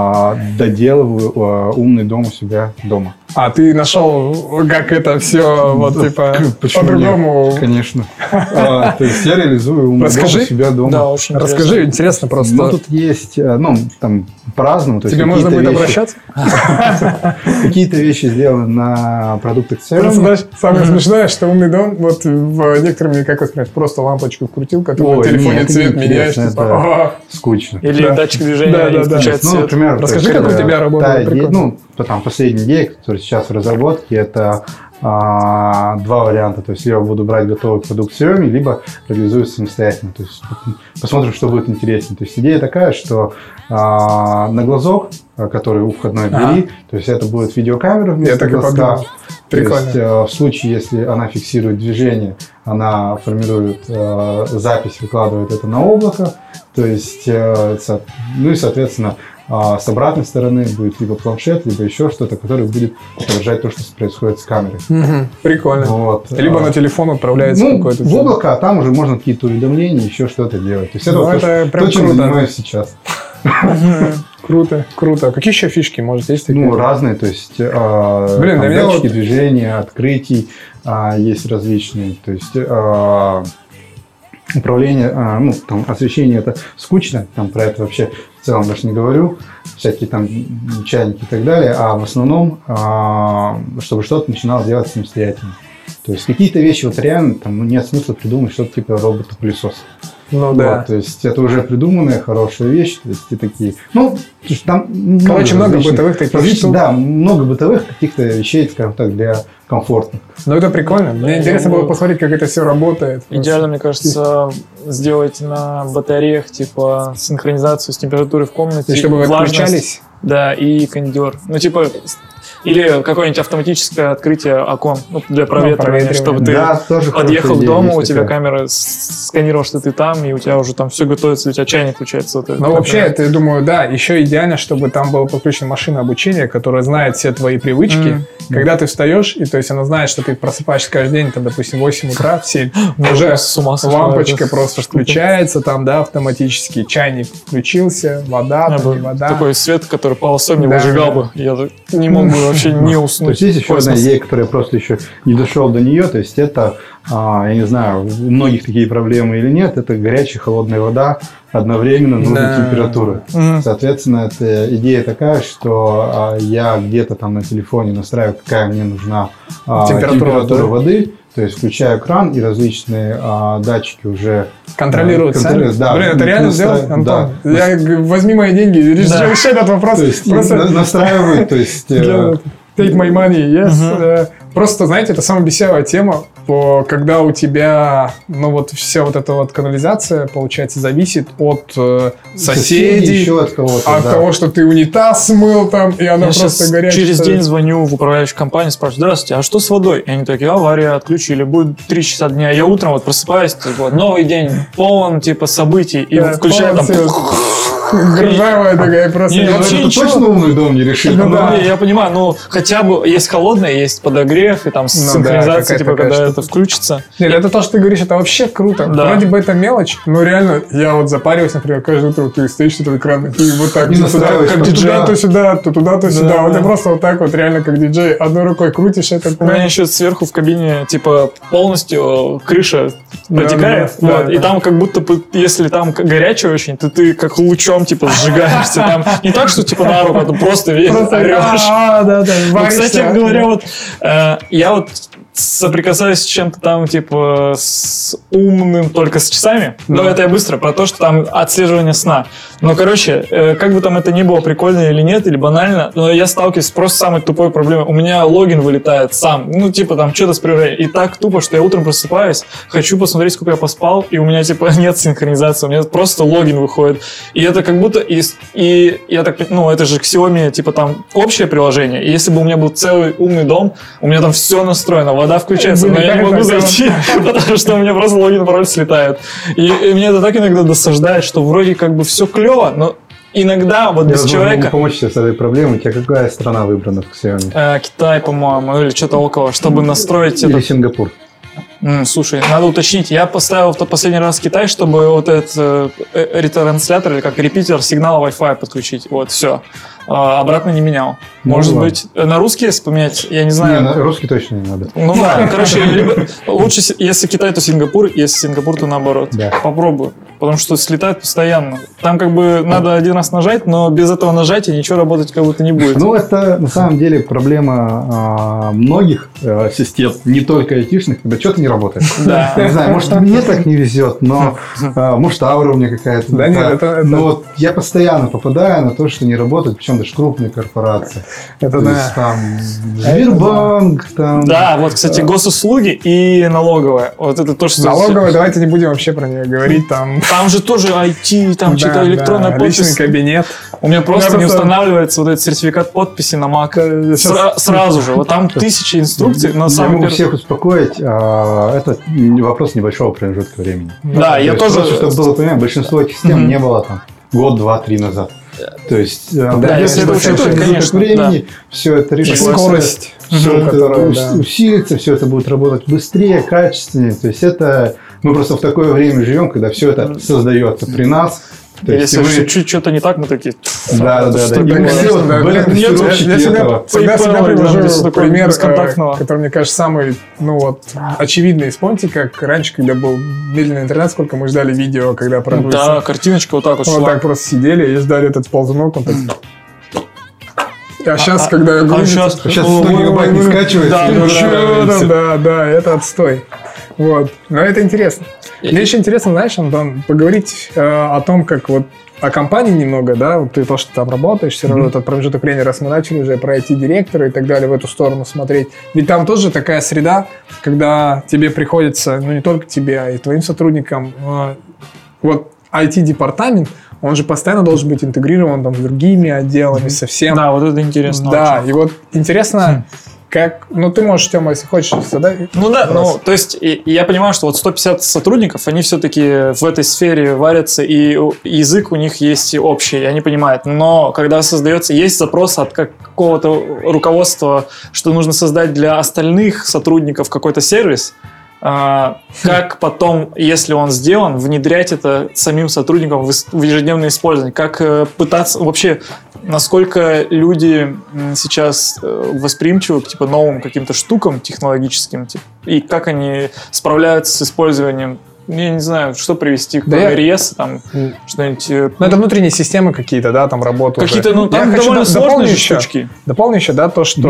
доделываю умный дом у себя дома. А ты нашел, как это все вот типа по-другому? Конечно. То есть я реализую умный дом у себя дома. Да, очень расскажи, интересно просто. Ну, тут есть, ну, там, по-разному. Тебе можно будет обращаться? Какие-то вещи сделаны на продуктах Xerox. Самое смешное, что умный дом, вот в некоторыми, как воспринимать, просто лампочку вкрутил, которую в телефоне цвет меняешь. Скучно. Или датчик движения включает свет. Расскажи, как у тебя работает. Ну, там последняя идея, которая сейчас в разработке, это два варианта. То есть, либо буду брать готовый продукт Xiaomi, либо реализую самостоятельно. То есть, посмотрим, что будет интереснее. То есть, идея такая, что на глазок, который у входной двери, то есть, это будет видеокамера вместо глазка. Прикольно. То есть, в случае, если она фиксирует движение, она формирует запись, выкладывает это на облако. То есть, ну и, соответственно, с обратной стороны будет либо планшет, либо еще что-то, которое будет отображать то, что происходит с камерой. Прикольно. Вот. Либо на телефон отправляется какой-то... в облако, а там уже можно какие-то уведомления, еще что-то делать. То есть это то, чем занимаюсь сейчас. Круто, круто. Какие еще фишки, может, есть такие? Ну, разные, то есть датчики движения, открытий есть различные. То есть управление, ну, там, освещение это скучно, там про это вообще в целом даже не говорю, всякие там чайники и так далее, а в основном, чтобы что-то начинал делать самостоятельно. То есть какие-то вещи вот реально там нет смысла придумать что-то типа робота-пылесоса. Ну да. Вот, то есть это уже придуманная хорошая вещь, то есть и такие, ну, там много бытовых таких штук. Да, много бытовых каких-то вещей, скажем так, для комфортных. Ну это прикольно. Мне интересно было посмотреть, как это все работает. Идеально, мне кажется, сделать на батареях типа синхронизацию с температурой в комнате. И чтобы вы отключались? Да, и кондер. Ну типа... Или какое-нибудь автоматическое открытие окон для проветривания, чтобы ты подъехал к дому, у тебя камера сканировала, что ты там, и у тебя уже там все готовится, у тебя чайник включается. Ну, вообще, это, я думаю, да, еще идеально, чтобы там была подключена машина обучения, которая знает все твои привычки. Когда ты встаешь, и то есть она знает, что ты просыпаешься каждый день, там, допустим, в 8 утра, в 7, уже лампочка просто включается, там, да, автоматически, чайник включился, вода, не вода. Такой свет, который полосой мне выжигал бы, я не мог бы вообще не уснуть. То есть есть еще одна идея, которая я просто еще не дошел до нее, то есть это, я не знаю, у многих такие проблемы или нет, это горячая и холодная вода одновременно нужной температуры. Соответственно, это идея такая, что я где-то там на телефоне настраиваю, какая мне нужна температура воды. То То есть включаю кран, и различные датчики уже контролируют сами. Да. Блин, это реально сделать, Антон? Да. Возьми мои деньги, решай этот вопрос. То есть настраивают, то есть... Take my money, yes. Просто, знаете, это самая бесявая тема, когда у тебя, ну вот вся вот эта вот канализация, получается, зависит от соседей, еще от кого-то, от того, что ты унитаз смыл там, и она просто горячая. Через день звоню в управляющую компанию, спрашиваю: здравствуйте, а что с водой? И они такие: авария, отключили, будет 3 часа дня. Я утром вот просыпаюсь, типа, новый день, полон типа событий, и включаю там... Гржавая такая просто. Это точно умный дом не решит. Я понимаю, но хотя бы есть холодное, есть подогрев, и там синхронизация, типа, когда это включится. Нет, это то, что ты говоришь, это вообще круто. Вроде бы это мелочь, но реально, я вот запариваюсь, например, каждое утро ты стоишь с этого экрана, и вот так, как диджей, то сюда, то туда, то сюда. Вот ты просто вот так вот реально, как диджей, одной рукой крутишь этот. У меня еще сверху в кабине, типа, полностью крыша протекает, и там как будто, если там горячее очень, то ты как лучом, типа, сжигаешься там. Не так, что типа на руку, а просто весь орешь. Кстати говоря, вот я вот соприкасаюсь с чем-то там, типа, с умным, только с часами. Но это я быстро, про то, что там отслеживание сна. Но, короче, как бы там это ни было прикольно или нет, или банально, но я сталкиваюсь с просто самой тупой проблемой. У меня логин вылетает сам. Ну, типа, там, что-то с приложением. И так тупо, что я утром просыпаюсь, хочу посмотреть, сколько я поспал, и у меня, типа, нет синхронизации. У меня просто логин выходит. И это как будто... И я так... Ну, это же Xiaomi, типа, там, общее приложение. И если бы у меня был целый умный дом, у меня там все настроено, вода включается, но я не могу зайти, потому что у меня просто логин и пароль слетают. И мне это так иногда досаждает, что вроде как бы все клево, но иногда вот без человека... Я могу помочь тебе с этой проблемой. У тебя какая страна выбрана в Xiaomi? Китай, по-моему, или что-то около, чтобы настроить... Или Сингапур. Слушай, надо уточнить. Я поставил в последний раз Китай, чтобы вот этот ретранслятор, или как репитер сигнала Wi-Fi подключить. Вот, все. Обратно не менял. Может быть, на русский если поменять, я не знаю. Не, на русский точно не надо. Ну да, короче, лучше, если Китай, то Сингапур, если Сингапур, то наоборот. Да. Попробую, потому что слетает постоянно. Там как бы надо один раз нажать, но без этого нажатия ничего работать как будто не будет. Ну, это на самом деле проблема многих систем, не только айтишных, когда что-то не работает. Да. Не знаю, может, мне так не везет, но может, аура у меня какая-то. Да нет, это... Но вот я постоянно попадаю на то, что не работает, причем даже крупные корпорации. Это да. Там Сбербанк, там... Да, вот, кстати, госуслуги и налоговая. Вот это то, что... Налоговая, давайте не будем вообще про нее говорить. Там же тоже IT, там что-то электронная подпись. Личный кабинет. У меня просто не устанавливается вот этот сертификат подписи на Mac. Сразу же. Вот там 1000 инструкций. Я могу всех успокоить. Это вопрос небольшого промежутка времени. Да, я тоже... Чтобы было понятно, большинство этих систем не было там год, 2, 3 назад. То есть, если это учитывать, конечно, времени, все это решится. Скорость, все это усилится, все это будет работать быстрее, качественнее. То есть, это мы просто в такое время живем, когда все это создается при нас. То есть, если чуть что-то не так, мы такие... Да. Я всегда привожу пример, который, мне кажется, самый очевидный. Вспомните, как раньше, когда был медленный интернет, сколько мы ждали видео, когда прогрузится. Да, картиночка вот так вот шла. Вот так просто сидели и ждали этот ползунок, он так... А сейчас, когда грузится... Сейчас 100 гигабайт не скачивается. Да, это отстой. Вот. Но это интересно. Мне еще интересно, знаешь, Антон, поговорить о том, как вот о компании немного, да, вот ты то, что там работаешь, все равно этот промежуток времени, раз мы начали уже про IT-директора и так далее, в эту сторону смотреть. Ведь там тоже такая среда, когда тебе приходится, ну не только тебе, а и твоим сотрудникам, вот IT-департамент, он же постоянно должен быть интегрирован там с другими отделами, со всем. Да, вот это интересно. Да, очень. И вот интересно... Как, ты можешь, Тёма, если хочешь, задать. Ну да, то есть я понимаю, что вот 150 сотрудников, они все-таки в этой сфере варятся, и язык у них есть общий, и они понимают. Но когда создается, есть запрос от какого-то руководства, что нужно создать для остальных сотрудников какой-то сервис, как потом, если он сделан, внедрять это самим сотрудникам в ежедневное использование, как пытаться вообще, насколько люди сейчас восприимчивы к новым каким-то штукам технологическим, и как они справляются с использованием. Я не знаю, что привести к РЕС, там, что-нибудь... это внутренние системы какие-то, да, там работают. Какие-то, там довольно сложные штучки. Дополню еще, да, то, что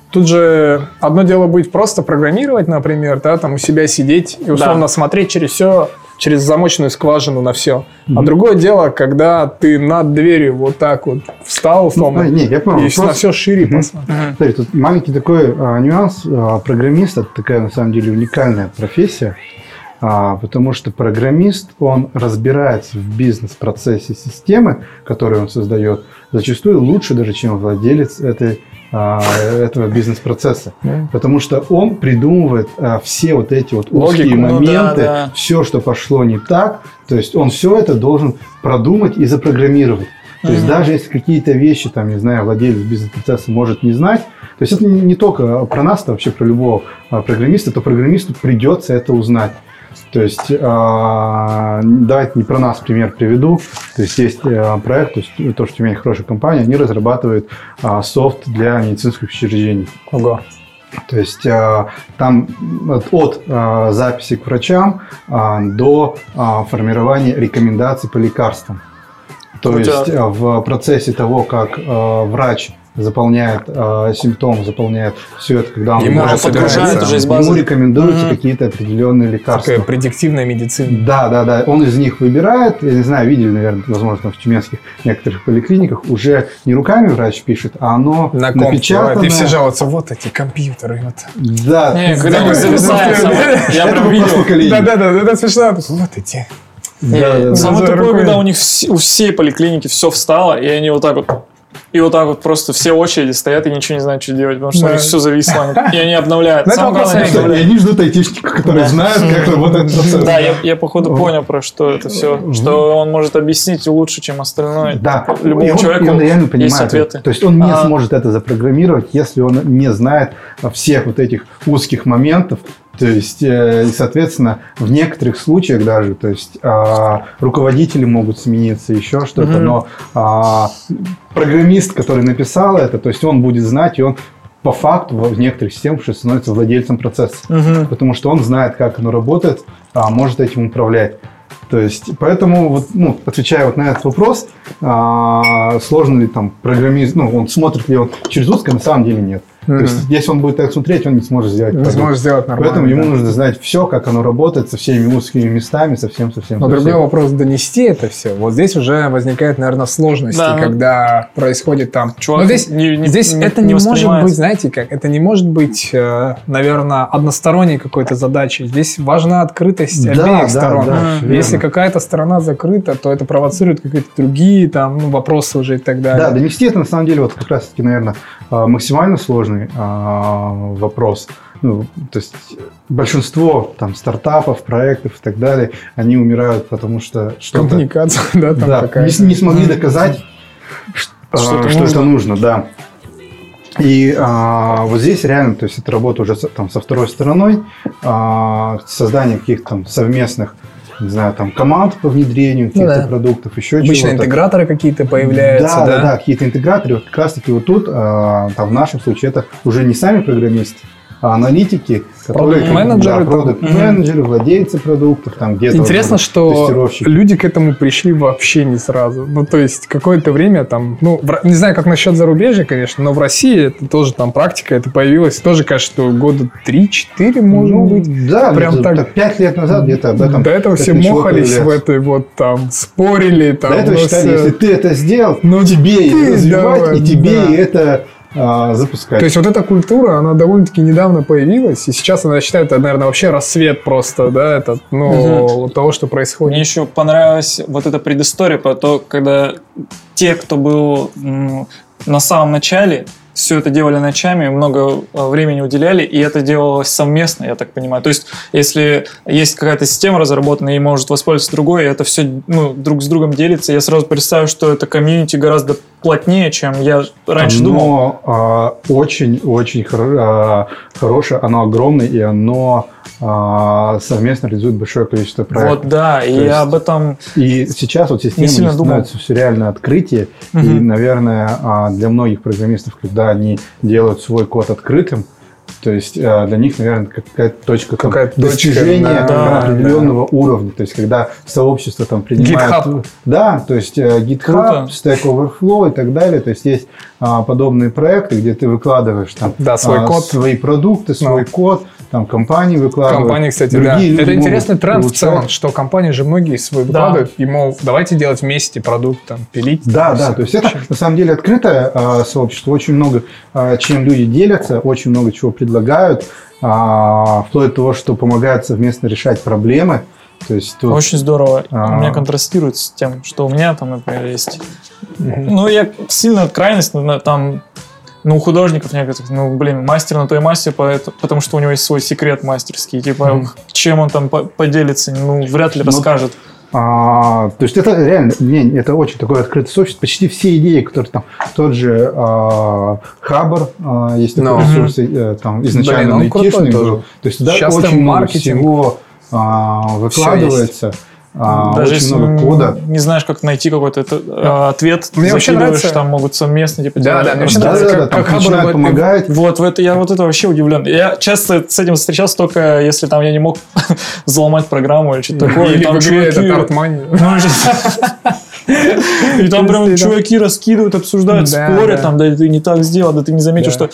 тут же одно дело будет просто программировать, например, да, там у себя сидеть и условно смотреть через все, через замочную скважину на все. А другое дело, когда ты над дверью вот так вот встал, условно, я понял, и на все шире посмотрел. Смотри, тут маленький такой нюанс. Программист – это такая, на самом деле, уникальная профессия, потому что программист, он разбирается в бизнес-процессе системы, которую он создает, зачастую лучше даже, чем владелец этого бизнес-процесса. Потому что он придумывает все вот эти вот узкие моменты, все, что пошло не так. То есть он все это должен продумать и запрограммировать. То есть даже если какие-то вещи, там, не знаю, владелец бизнес-процесса может не знать, то есть это не только про нас, это вообще про любого программиста, то программисту придется это узнать. То есть, давайте не про нас пример приведу. То есть проект, то есть то, что у меня хорошая компания, они разрабатывают софт для медицинских учреждений. Ого. То есть там от записи к врачам до формирования рекомендаций по лекарствам. То есть в процессе того, как врач заполняет симптом, заполняет все это, когда он ему рекомендуются какие-то определенные лекарства. Такая предиктивная медицина. Да. Он из них выбирает. Я не знаю, видели, наверное, возможно, в тюменских некоторых поликлиниках уже не руками врач пишет, а оно напечатано. И все жалуются, вот эти компьютеры. Вот. Да. Когда мы зависаем, я прям видел. Да, смешно. Вот эти. Самое тупое, когда у всей поликлиники все встало, и они вот так вот. И вот так вот просто все очереди стоят и ничего не знают, что делать, потому что у них все зависло, и они обновляют. Самое главное, они ждут айтишника, который знает, как работает процесс. Да, я походу понял, про что это все, что он может объяснить лучше, чем остальное. Да, любому человеку он реально понимает, есть ответы. То есть он не сможет это запрограммировать, если он не знает всех вот этих узких моментов. То есть, и, соответственно, в некоторых случаях даже, то есть, руководители могут смениться, еще что-то, но программист, который написал это, то есть, он будет знать, и он по факту в некоторых системах становится владельцем процесса, потому что он знает, как оно работает, может этим управлять. То есть, поэтому, вот, отвечая вот на этот вопрос, сложно ли там программист, он смотрит ли он через узкое, на самом деле нет. То есть, если он будет так смотреть, он не сможет сделать. Не сможет сделать нормально. Поэтому ему нужно знать все, как оно работает, со всеми узкими местами, совсем. Но другой вопрос, донести это все. Вот здесь уже возникает, наверное, сложности, когда происходит там. Чувак, но здесь это не может быть, знаете как, это не может быть, наверное, односторонней какой-то задачей. Здесь важна открытость обеих сторон. Если какая-то сторона закрыта, то это провоцирует какие-то другие там, вопросы уже и так далее. Да, донести это на самом деле вот как раз-таки, наверное, максимально сложный вопрос. То есть большинство там стартапов, проектов и так далее, они умирают, потому что что-то... Коммуникация, да, там какая-то. Не смогли доказать, что это нужно, да. И вот здесь реально, то есть это работа уже там со второй стороной, создание каких-то там совместных, не знаю, там команд по внедрению каких-то продуктов, еще чего-то. Обычно интеграторы какие-то появляются, да? Да, какие-то интеграторы. Вот как раз-таки вот тут, там в нашем случае, это уже не сами программисты, а аналитики, которые... Продукт-менеджеры, владельцы продуктов, там где-то... Интересно, что люди к этому пришли вообще не сразу. То есть, какое-то время там... не знаю, как насчет зарубежья, конечно, но в России это тоже там практика, это появилось тоже, кажется, что года 3-4, может быть. Да, прям так 5 лет назад где-то об этом... До этого все мохались в этой вот там, спорили. Там, до этого считали, если ты это сделал, тебе и развивать, и тебе и это... запускать. То есть, вот эта культура, она довольно-таки недавно появилась, и сейчас она считает, это, наверное, вообще рассвет просто, да, того, что происходит. Мне еще понравилась вот эта предыстория про то, когда те, кто был на самом начале, все это делали ночами, много времени уделяли, и это делалось совместно, я так понимаю. То есть, если есть какая-то система разработанная и может воспользоваться другой, и это все друг с другом делится, я сразу представляю, что это комьюнити гораздо плотнее, чем я раньше думал. Оно очень хорошее, оно огромное, и оно совместно реализует большое количество проектов. Вот, да, и я об этом и сейчас вот система становится все реально открытие, и, наверное, для многих программистов, когда они делают свой код открытым, То есть для них, наверное, какая-то точка достижения определенного уровня. То есть когда сообщество там принимает... GitHub. Да, то есть GitHub, Stack Overflow и так далее. То есть есть подобные проекты, где ты выкладываешь там свой код, свои продукты, свой код, там компании выкладывают. Компании, кстати, да. Это интересный тренд в целом, что компании же многие свои выкладывают, и, мол, давайте делать вместе продукт, там, пилить. Да, то есть это на самом деле открытое сообщество, очень много чем люди делятся, очень много чего предлагают, вплоть до того, что помогают совместно решать проблемы. То есть тут, очень здорово. У меня контрастирует с тем, что у меня там, например, есть. Ну, я сильно крайность, там... Ну, у художников некоторых, мастер на то и мастер, потому что у него есть свой секрет мастерский. Типа, чем он там поделится, вряд ли расскажет. То есть это реально, это очень такое открытое сообщество. Почти все идеи, которые там, тот же Хабр, есть такой ресурс, там изначально айтишный был. То есть туда очень много всего выкладывается. Даже если много кода. Не знаешь, как найти какой-то ответ, мне вообще нравится, там могут совместно мне вообще нравится, как Хабр помогает. Я это вообще удивлен. Я часто с этим встречался только если там я не мог взломать программу или что-то такое. Или в игре это Артмани. И там прям чуваки раскидывают, обсуждают, спорят, там, да ты не так сделал, да ты не заметил, что...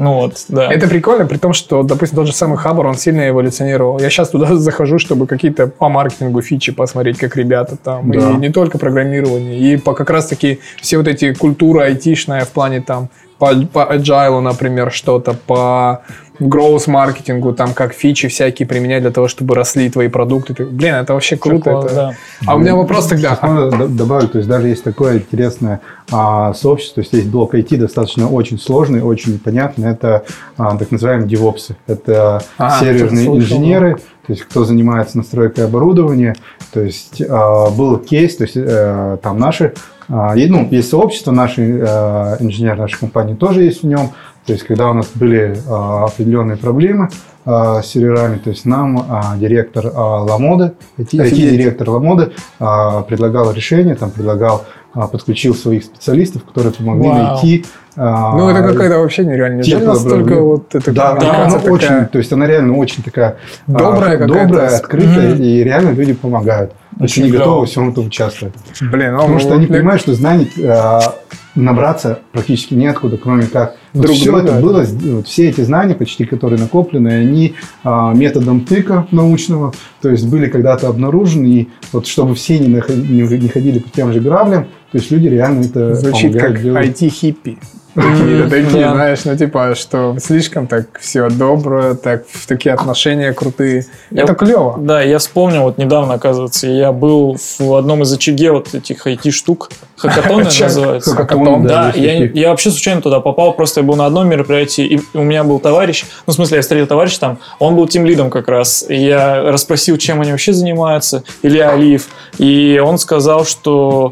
Это прикольно, при том, что, допустим, тот же самый Хабр, он сильно эволюционировал. Я сейчас туда захожу, чтобы какие-то по маркетингу фичи посмотреть, как ребята там, и не только программирование, и по как раз-таки все вот эти культуры айтишная в плане там по agile, например, что-то, по гроус-маркетингу, там как фичи всякие применять для того, чтобы росли твои продукты. Блин, это вообще круто. А у меня вопрос тогда... Надо добавить, то есть даже есть такое интересное сообщество, то есть есть блок IT, достаточно очень сложный, очень непонятный, это так называемые DevOps. Это серверные инженеры, то есть кто занимается настройкой оборудования. То есть был кейс, то есть там наши... есть сообщество, наши инженеры нашей компании тоже есть в нем. То есть, когда у нас были определенные проблемы с серверами, то есть нам директор Ламоды, IT-директор Ламоды предлагал решение, подключил своих специалистов, которые помогли найти... это какая-то вообще нереально. Настолько вот эта коммуникация такая... очень, то есть, она реально очень такая добрая, открытая, и реально люди помогают. Очень не готовы во всем этом участвовать. Потому что они понимают, что знаний набраться практически неоткуда, кроме как все это было, все эти знания, почти которые накоплены, они методом тыка научного, то есть были когда-то обнаружены, и вот чтобы все не ходили по тем же граблям, то есть люди реально это звучит как IT-хиппи. Такие, знаешь, что слишком так все доброе, так такие отношения крутые. Это клево. Да, я вспомнил, недавно, оказывается, я был в одном из очаге вот этих IT-штук. Хакатон называется. Хакатон, да. Я вообще случайно туда попал, просто я был на одном мероприятии, и у меня был товарищ, в смысле, я встретил товарища там, он был тимлидом как раз, и я расспросил, чем они вообще занимаются, Илья Алиев, и он сказал, что,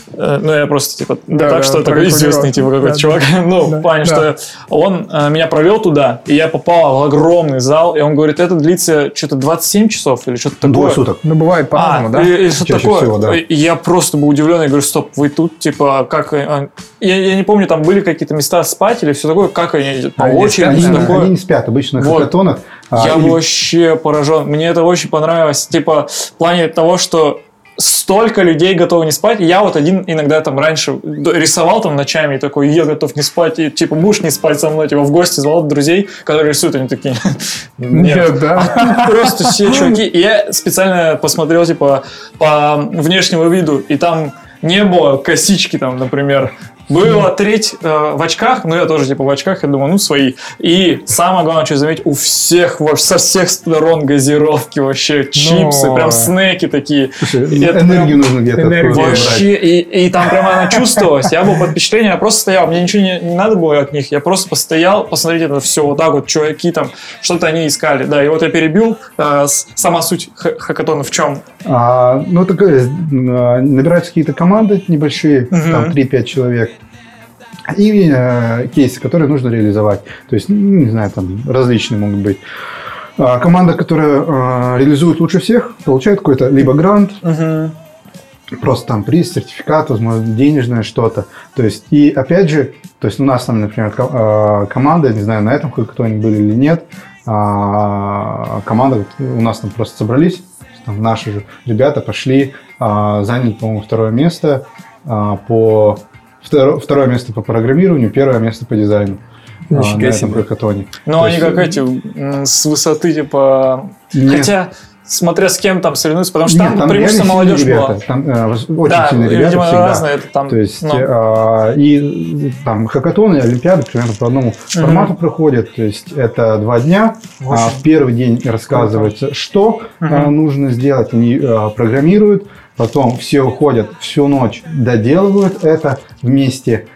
я просто, такой известный, какой-то чувак, в плане, что он меня провел туда, и я попал в огромный зал, и он говорит, это длится что-то 27 часов или что-то такое. 2 суток. Бывает по-разному, да? Или что-то такое. И я просто был удивлен, я говорю, стоп, вы тут, как... Я не помню, там были какие-то места спать или все такое, как они по очереди. Они не спят, обычно на хакатонах. Я вообще поражен. Мне это очень понравилось. В плане того, что столько людей готовы не спать. Я вот один иногда там раньше рисовал там ночами и такой, я готов не спать. И будешь не спать со мной? В гости звал друзей, которые рисуют, они такие... Нет, да. А тут просто все чуваки. И я специально посмотрел по внешнему виду, и там не было косички там, например. Было треть в очках, я тоже в очках, я думаю, свои. И самое главное, что заметить, у всех, со всех сторон газировки вообще, чипсы, прям снеки такие. Слушай, энергию нужно где-то вообще, и там прямо она чувствовалась. Я был под впечатлением, я просто стоял, мне ничего не надо было от них, я просто постоял, посмотрите, это все вот так вот, чуваки там, что-то они искали. Да, и вот я перебил, сама суть хакатона в чем? Набираются какие-то команды небольшие, там 3-5 человек. И кейсы, которые нужно реализовать. То есть, не знаю, там различные могут быть. Команда, которая реализует лучше всех, получает какой-то либо грант, просто там приз, сертификат, возможно, денежное что-то. То есть, и опять же, то есть у нас там, например, команда, не знаю, на этом хакатоне были или нет, команда, у нас там просто собрались, там наши же ребята пошли, заняли, по-моему, второе место по программированию, первое место по дизайну. На этом хакатоне. Но они как эти, с высоты, типа... Нет. Хотя... Смотря с кем там соревнуются, потому что там преимущественно молодежь была. Там очень сильные ребята видимо, всегда. разные. Это там, то есть, и там хакатоны, олимпиады примерно по одному формату проходят. То есть, это 2 дня. В первый день рассказывается, что нужно сделать. Они программируют. Потом все уходят всю ночь, доделывают это вместе.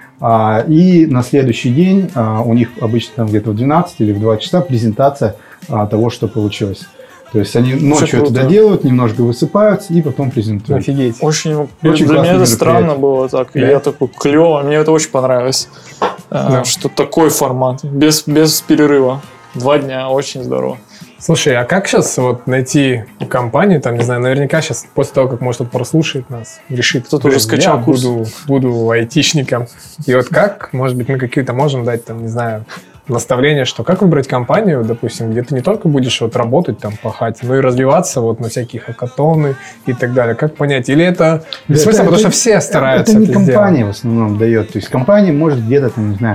И на следующий день у них обычно там где-то в 12 или в 2 часа презентация того, что получилось. То есть они ночью это доделают, немножко высыпаются и потом презентуют. Офигеть. Очень для меня это странно было так. Да? Я такой, клево, мне это очень понравилось. Да. Что такой формат, без перерыва. 2 дня, очень здорово. Слушай, а как сейчас вот найти компанию, там, не знаю, наверняка сейчас, после того, как, может, прослушает нас, решит, кто-то уже скачал курс. Буду айтишником. И вот как, может быть, мы какие-то можем дать, там, не знаю, наставление, что как выбрать компанию, допустим, где ты не только будешь вот работать, там, пахать, но и развиваться вот на всякие хакатоны и так далее. Как понять? Или это бессмысленно, потому что все стараются это это не компания сделать. В основном дает. То есть компания может где-то, там, не знаю,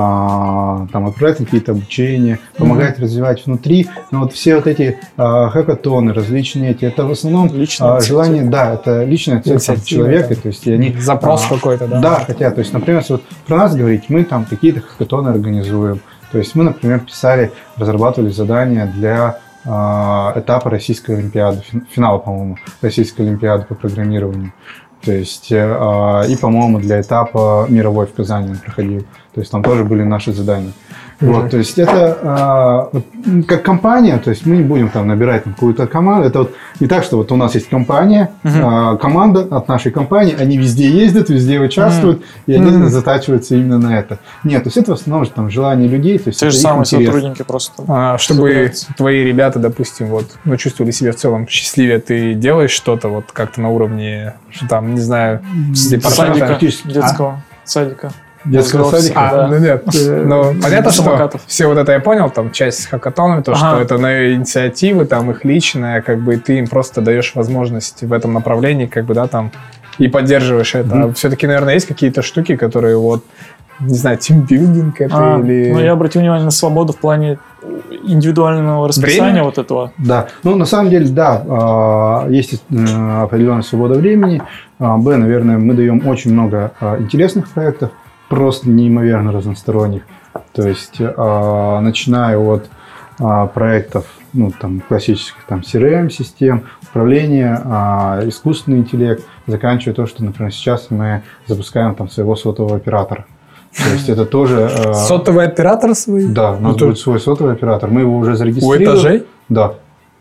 там отправить какие-то обучения, помогать развивать внутри. Но вот все вот эти хакатоны, различные эти, это в основном желание, да, это личная цель человека. Да. То есть они, запрос какой-то, да? Да, хотят. То есть, например, вот про нас говорить, мы там какие-то хакатоны организуем. То есть мы, например, разрабатывали задания для этапа Российской Олимпиады, финала, по-моему, Российской Олимпиады по программированию. То есть, и, по-моему, для этапа мировой в Казани он проходил. То есть там тоже были наши задания. Вот, то есть это как компания, то есть мы не будем там набирать какую-то команду. Это вот не так, что вот у нас есть компания, команда от нашей компании, они везде ездят, везде участвуют, и они затачиваются именно на это. Нет, то есть это в основном там желание людей. То есть те же самые сотрудники просто. Чтобы твои ребята, допустим, вот, ну, чувствовали себя в целом счастливее, ты делаешь что-то вот как-то на уровне, что там, не знаю, садика, детского садика. Детского садика? Ну нет. Ну, понятно, что все вот это я понял, там часть с хакатонами, то, что это на инициативы, там их личная, как бы ты им просто даешь возможность в этом направлении, как бы, да, там, и поддерживаешь это. А все-таки, наверное, есть какие-то штуки, которые вот, не знаю, тимбилдинг это или... Ну, я обратил внимание на свободу в плане индивидуального расписания вот этого. Да. Ну, на самом деле, да, есть определенная свобода времени. Наверное, мы даем очень много интересных проектов, просто неимоверно разносторонних. То есть, начиная от проектов, ну, там, классических там, CRM-систем, управления, искусственный интеллект, заканчивая то, что, например, сейчас мы запускаем там своего сотового оператора. То есть, это тоже... Сотовый оператор свой? Да, у нас будет свой сотовый оператор. Мы его уже зарегистрировали. У этажей? Да.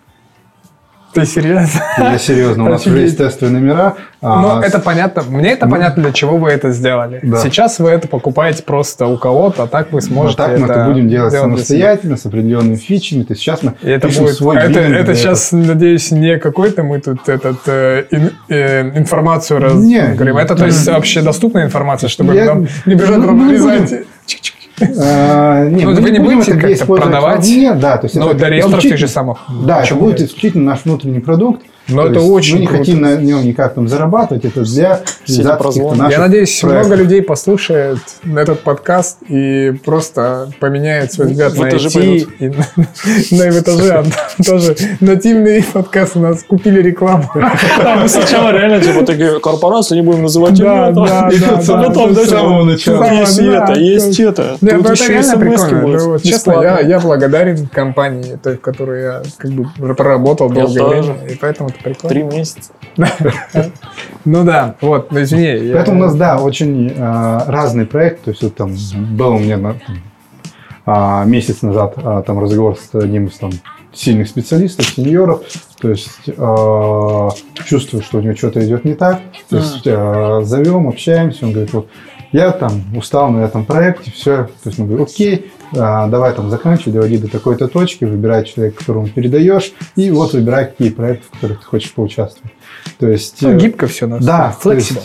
Ты серьезно? Я серьезно. У нас уже есть тестовые номера. Ну, это понятно. Мне это понятно, для чего вы это сделали. Да. Сейчас вы это покупаете просто у кого-то, а так вы сможете так мы это будем делать самостоятельно, с определенными фичами. То есть сейчас мы пишем свой билдинг. Это сейчас, надеюсь, не какой-то мы тут информацию разговариваем. Это, то есть, общедоступная информация, чтобы нам не бежать вырезать. Нет, вы не будете как-то продавать? Нет, да. То есть но для риэлторов тех же самых. Да, это будет исключительно наш внутренний продукт. Но это очень мы не хотим на нем никак там зарабатывать, это для наших. Я надеюсь, много людей послушает этот подкаст и просто поменяют свой взгляд на IT и на этаже. Тоже нативный подкаст у нас купили рекламу. Мы сначала реально типа такие корпорации не будем называть. Да. Потом с самого начала. Есть это. Тут еще и смс-ки. Честно, я благодарен компании, в которой я как бы проработал долгое время, и поэтому это прикольно. 3 месяца. Ну да, вот, ну извини. Поэтому у нас, да, очень разный проект. То есть, вот там был у меня месяц назад там разговор с одним из там сильных специалистов, сеньоров. То есть, чувствую, что у него что-то идет не так. То есть, зовем, общаемся. Он говорит, вот, я там устал на этом проекте, все. То есть мы говорим, окей, давай там заканчивай, доводи до такой-то точки, выбирай человека, которому передаешь, и вот выбирай, какие проекты, в которых ты хочешь поучаствовать. То есть, гибко все. Да,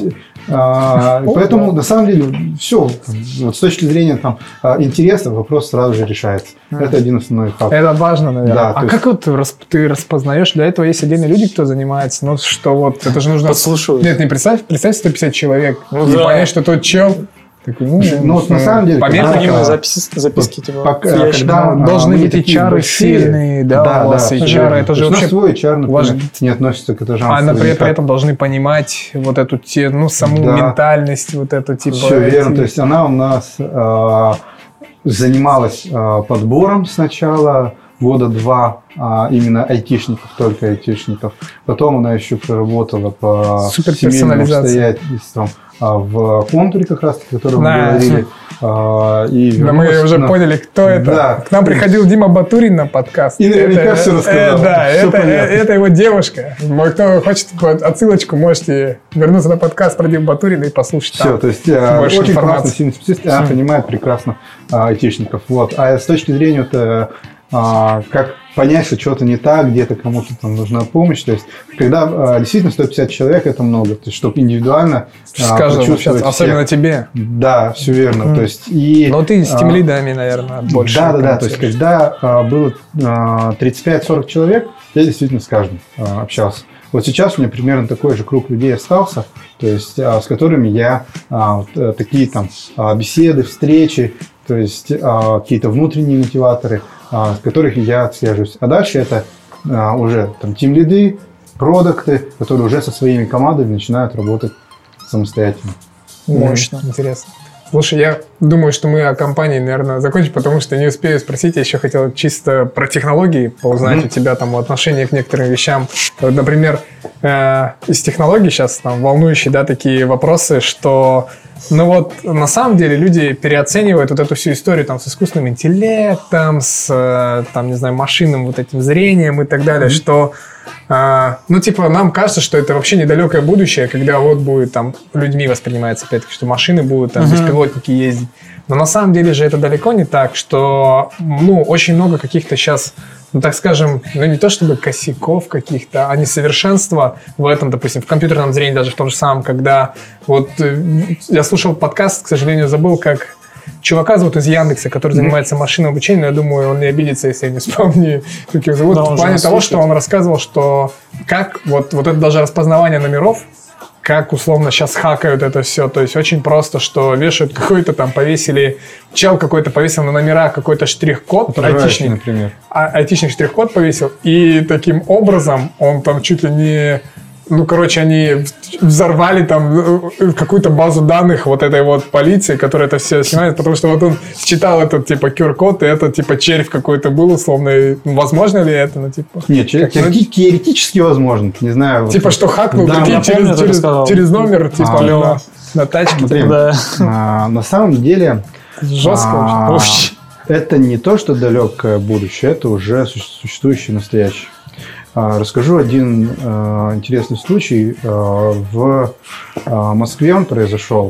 поэтому на самом деле все, вот с точки зрения там, интереса вопрос сразу же решается. Это один основной фактор. Это важно, наверное. Да, а как есть... вот ты распознаешь? Для этого есть отдельные люди, кто занимается. Ну, что вот, это же нужно... Подслушивать. Нет, не представь 150 человек. И понять, что тот чел... вот на самом деле... Анонимные записки, типа, когда должны быть HR сильные, да, у вас HR, это же вообще... свой HR, например, не относится к этажам. А при этом должны понимать вот эту, саму ментальность, вот эту, типа... Все верно, то есть она у нас занималась подбором сначала, года 2, именно айтишников, только айтишников. Потом она еще проработала по семейным обстоятельствам в контуре, как раз, о котором мы говорили. Да, мы уже поняли, кто это. Да. К нам приходил Дима Батурин на подкаст. И наверняка все рассказал. Да, это его девушка. Кто хочет отсылочку, можете вернуться на подкаст про Диму Батурина и послушать. Все, то есть очень классный сильный специалист, она понимает прекрасно айтишников. Вот. А с точки зрения как понять, что что-то не так, где-то кому-то там нужна помощь. То есть, когда действительно 150 человек, это много. То есть, чтобы индивидуально почувствовать особенно тебе. Да, все верно. То есть, но ты с тимлидами, наверное, больше. Да. То есть, когда было 35-40 человек, я действительно с каждым общался. Вот сейчас у меня примерно такой же круг людей остался, то есть, с которыми я такие там беседы, встречи, то есть какие-то внутренние мотиваторы, с которых я отслеживаюсь. А дальше это уже там тимлиды, продакты, которые уже со своими командами начинают работать самостоятельно. Мощно. Интересно. Слушай, я думаю, что мы о компании, наверное, закончим, потому что не успею спросить. Я еще хотел чисто про технологии поузнать у тебя там отношение к некоторым вещам. Вот, например, из технологий сейчас там волнующие, да, такие вопросы, что, ну вот, на самом деле люди переоценивают вот эту всю историю там с искусственным интеллектом, с, там, не знаю, машинным вот этим зрением и так далее, что... ну, типа, нам кажется, что это вообще недалекое будущее, когда вот будет там людьми воспринимается, опять-таки, что машины будут там беспилотники ездить. Но на самом деле же это далеко не так, что, ну, очень много каких-то сейчас, ну, так скажем, ну, не то чтобы косяков каких-то, а несовершенства в этом, допустим, в компьютерном зрении, даже в том же самом, когда вот я слушал подкаст, к сожалению, забыл, как чувака зовут из Яндекса, который занимается машинным обучением, но я думаю, он не обидится, если я не вспомню, как его зовут. Да, в плане того, что он рассказывал, что как вот это даже распознавание номеров, как условно сейчас хакают это все. То есть очень просто, что вешают какой-то там, чел какой-то повесил на номера какой-то штрих-код, айтишник, например. Айтишник штрих-код повесил, и таким образом он там чуть ли не... Ну, короче, они взорвали там какую-то базу данных вот этой вот полиции, которая это все снимает, потому что вот он считал этот, типа, QR-код, и это, типа, червь какой-то был условно. И возможно ли это? Ну, типа... Нет, теоретически возможно, не знаю. Типа, что хакнул через номер, типа, на тачке. Да. На самом деле... Жестко очень. Это не то, что далекое будущее, это уже существующее настоящее. Расскажу один интересный случай. В Москве он произошел.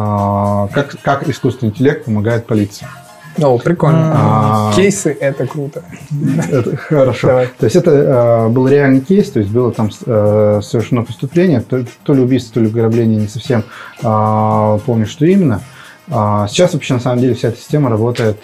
Как искусственный интеллект помогает полиции. О, прикольно. Кейсы – это круто. Это хорошо. Давай. То есть это был реальный кейс, то есть было там совершено преступление, то ли убийство, то ли ограбление, не совсем помню, что именно. Сейчас вообще на самом деле вся эта система работает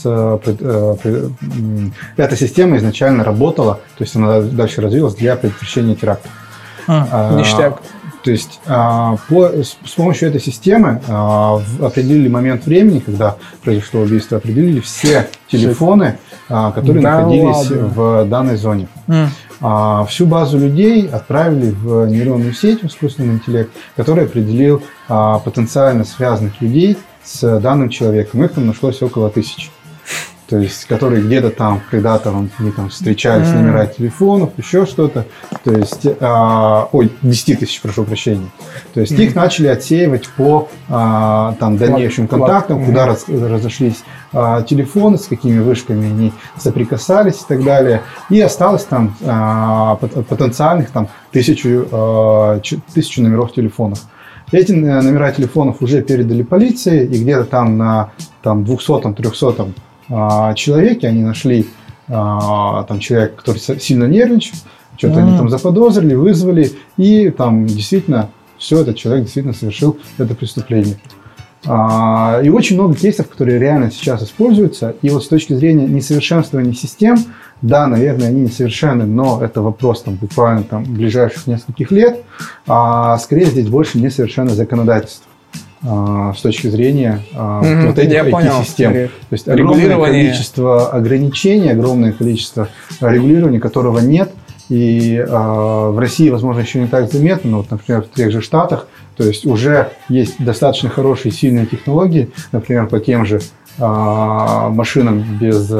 эта система изначально работала, то есть она дальше развилась для предотвращения терактов. Ништяк. То есть с помощью этой системы определили момент времени, когда произошло убийство, определили все телефоны, которые находились в данной зоне. Всю базу людей отправили в нейронную сеть, в искусственный интеллект, который определил потенциально связанных людей с данным человеком. Их там нашлось около 1000. То есть, которые где-то там, когда-то они там встречались, номера телефонов, еще что-то. То есть, 10 тысяч, прошу прощения. То есть, их начали отсеивать по там, дальнейшим контактам, куда разошлись телефоны, с какими вышками они соприкасались и так далее. И осталось там потенциальных там, 1000 номеров телефонов. Эти номера телефонов уже передали полиции, и где-то там на 200-300 человеке они нашли там человека, который сильно нервничал, что-то они там заподозрили, вызвали, и там действительно этот человек действительно совершил это преступление. И очень много кейсов, которые реально сейчас используются. И вот с точки зрения несовершенствования систем, да, наверное, они несовершенны, но это вопрос там, буквально ближайших нескольких лет. Скорее, здесь больше несовершенное законодательство с точки зрения вот этих IT-систем. То есть огромное количество ограничений, огромное количество регулирования, которого нет. И в России, возможно, еще не так заметно, но, вот, например, в тех же Штатах, то есть уже есть достаточно хорошие, сильные технологии, например, по тем же машинам без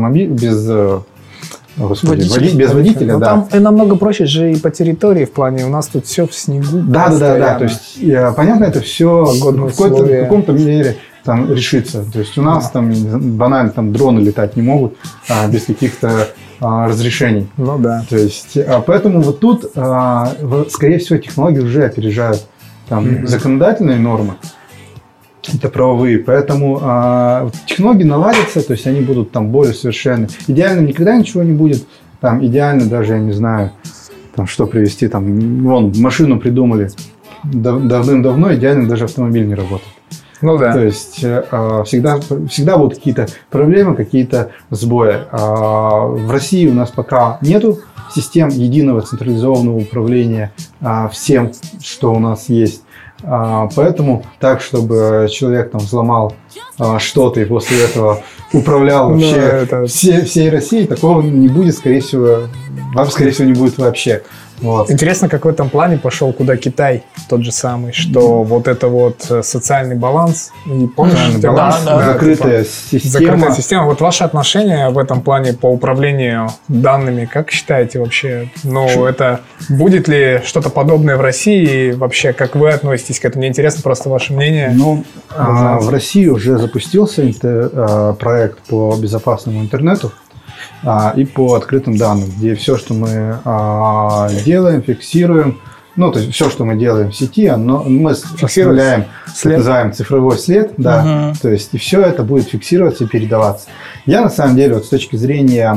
водителя. Да. Там и намного проще же и по территории в плане, у нас тут все в снегу. Да. То есть, понятно, это все в каком-то мере там решится. То есть у нас там банально там дроны летать не могут без каких-то разрешений. Ну да. То есть, поэтому вот тут, скорее всего, технологии уже опережают там законодательные нормы. Это правовые. Поэтому технологии наладятся, то есть они будут там более совершенны. Идеально никогда ничего не будет. Там идеально даже, я не знаю, там, что привести. Там, вон, машину придумали давным-давно, идеально даже автомобиль не работает. Ну да. То есть всегда будут какие-то проблемы, какие-то сбои. В России у нас пока нету систем единого централизованного управления всем, что у нас есть. Поэтому так, чтобы человек там взломал что-то и после этого управлял вообще всей Россией, такого не будет, скорее всего, не будет вообще. Вот. Интересно, как в этом плане пошел куда Китай, тот же самый, что вот это вот социальный баланс, не помнишь? Закрытая система. Вот ваши отношения в этом плане по управлению данными, как считаете вообще? Это будет ли что-то подобное в России? И вообще, как вы относитесь к этому? Мне интересно просто ваше мнение. В России уже запустился проект по безопасному интернету и по открытым данным, где все, что мы делаем, фиксируем, то есть все, что мы делаем в сети, мы оставляем так называемый цифровой след, да, то есть и все это будет фиксироваться и передаваться. Я на самом деле с точки зрения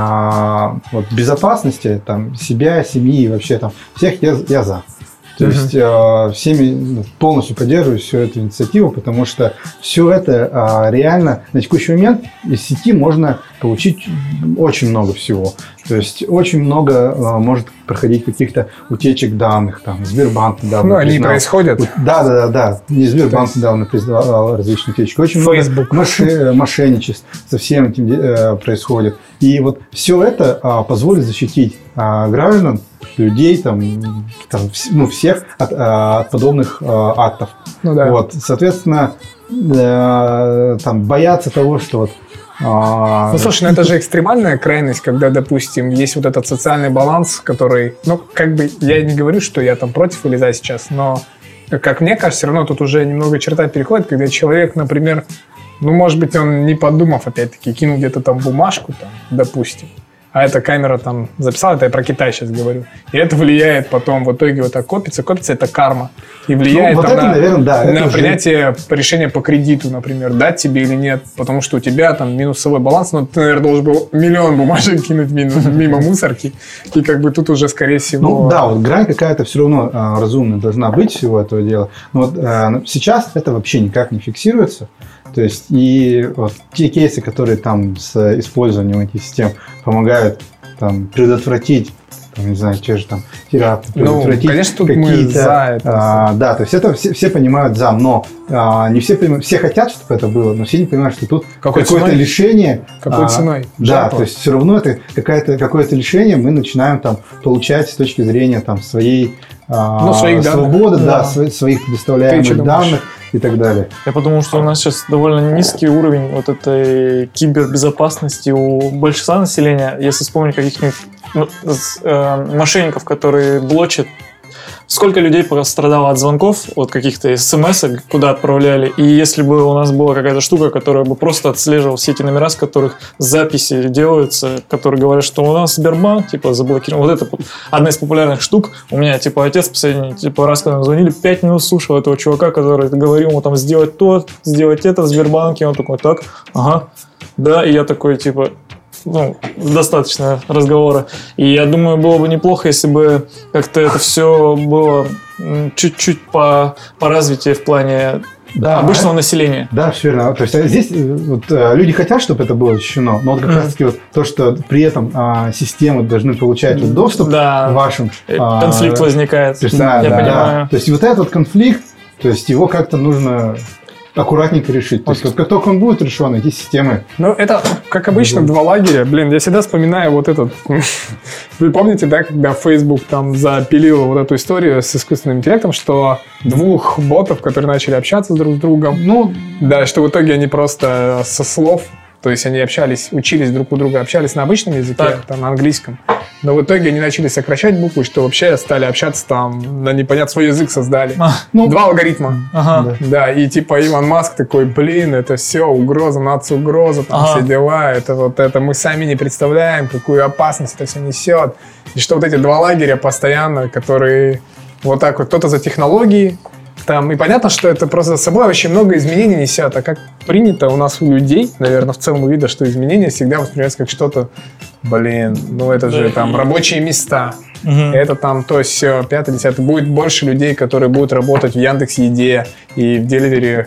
безопасности себя, семьи и вообще всех я за. То есть всеми полностью поддерживаю всю эту инициативу, потому что все это реально на текущий момент из сети можно получить очень много всего. То есть очень много может проходить каких-то утечек данных, Сбербанк недавно они происходят? Да. Не Сбербанк недавно признавал различные утечки. Очень Facebook. много мошенничеств со всем этим происходит. И вот все это позволит защитить граждан, людей, всех от подобных актов. Соответственно, бояться того, что слушай, это же экстремальная крайность, когда, допустим, есть вот этот социальный баланс, который, я не говорю, что я против или за сейчас, но, как мне кажется, все равно тут уже немного черта переходит, когда человек, например, может быть, он не подумав, опять-таки, кинул где-то бумажку, допустим, а эта камера записала, это я про Китай сейчас говорю. И это влияет потом, в итоге вот так копится, это карма. И влияет на принятие решения по кредиту, например, дать тебе или нет. Потому что у тебя минусовой баланс, ты, наверное, должен был миллион бумажек кинуть мимо мусорки. И тут уже, скорее всего... грань какая-то все равно разумная должна быть всего этого дела. Но сейчас это вообще никак не фиксируется. То есть, и те кейсы, которые с использованием этих систем помогают предотвратить, не знаю, те же теракты, предотвратить конечно, тут мы за это. То есть, это все понимают за, но не все понимают, все хотят, чтобы это было, но все не понимают, что тут какое-то лишение. Какой ценой? Да, то есть, все равно это какое-то лишение мы начинаем получать с точки зрения своей свободы, своих предоставляемых данных и так далее. Я подумал, что у нас сейчас довольно низкий уровень вот этой кибербезопасности у большинства населения. Если вспомнить каких-нибудь мошенников, которые блочат сколько людей пострадало от звонков, от каких-то смс-ок, куда отправляли, и если бы у нас была какая-то штука, которая бы просто отслеживала все эти номера, с которых записи делаются, которые говорят, что у нас Сбербанк, типа, заблокирован. Вот это одна из популярных штук. У меня, типа, отец последний, типа, раз, когда звонили, 5 минут слушал этого чувака, который говорил ему там сделать то, сделать это в Сбербанке, он такой, так, ага, да, и я такой, типа, ну, достаточно разговора. И я думаю, было бы неплохо, если бы как-то это все было чуть-чуть по развитию в плане обычного населения. Да, все верно. То есть здесь вот, люди хотят, чтобы это было защищено, но вот как раз-таки вот то, что при этом системы должны получать вот доступ к вашим... конфликт возникает. Я понимаю. То есть вот этот конфликт, то есть его как-то нужно... аккуратненько решить. То есть, как только он будет решен, эти системы... Ну, это, как обычно, два лагеря. Блин, я всегда вспоминаю вот этот... Вы помните, да, когда Facebook там запилил вот эту историю с искусственным интеллектом, что двух ботов, которые начали общаться друг с другом, ну, да, что в итоге они просто со слов, то есть они общались, учились друг у друга, общались на обычном языке, там, на английском. Но в итоге они начали сокращать буквы, что вообще стали общаться там, на непонятный свой язык создали. Два алгоритма. Да, и типа Илон Маск такой, блин, это все угроза, нацугроза, там все дела, это вот это мы сами не представляем, какую опасность это все несет. И что вот эти два лагеря постоянно, которые вот так вот, кто-то за технологии, там, и понятно, что это просто за собой очень много изменений несет. А как принято у нас у людей, наверное, в целом видно, что изменения всегда воспринимаются как что-то, блин, ну это же там рабочие места. Это там то все, 5-10. Будет больше людей, которые будут работать в Яндекс.Еде и в Деливере.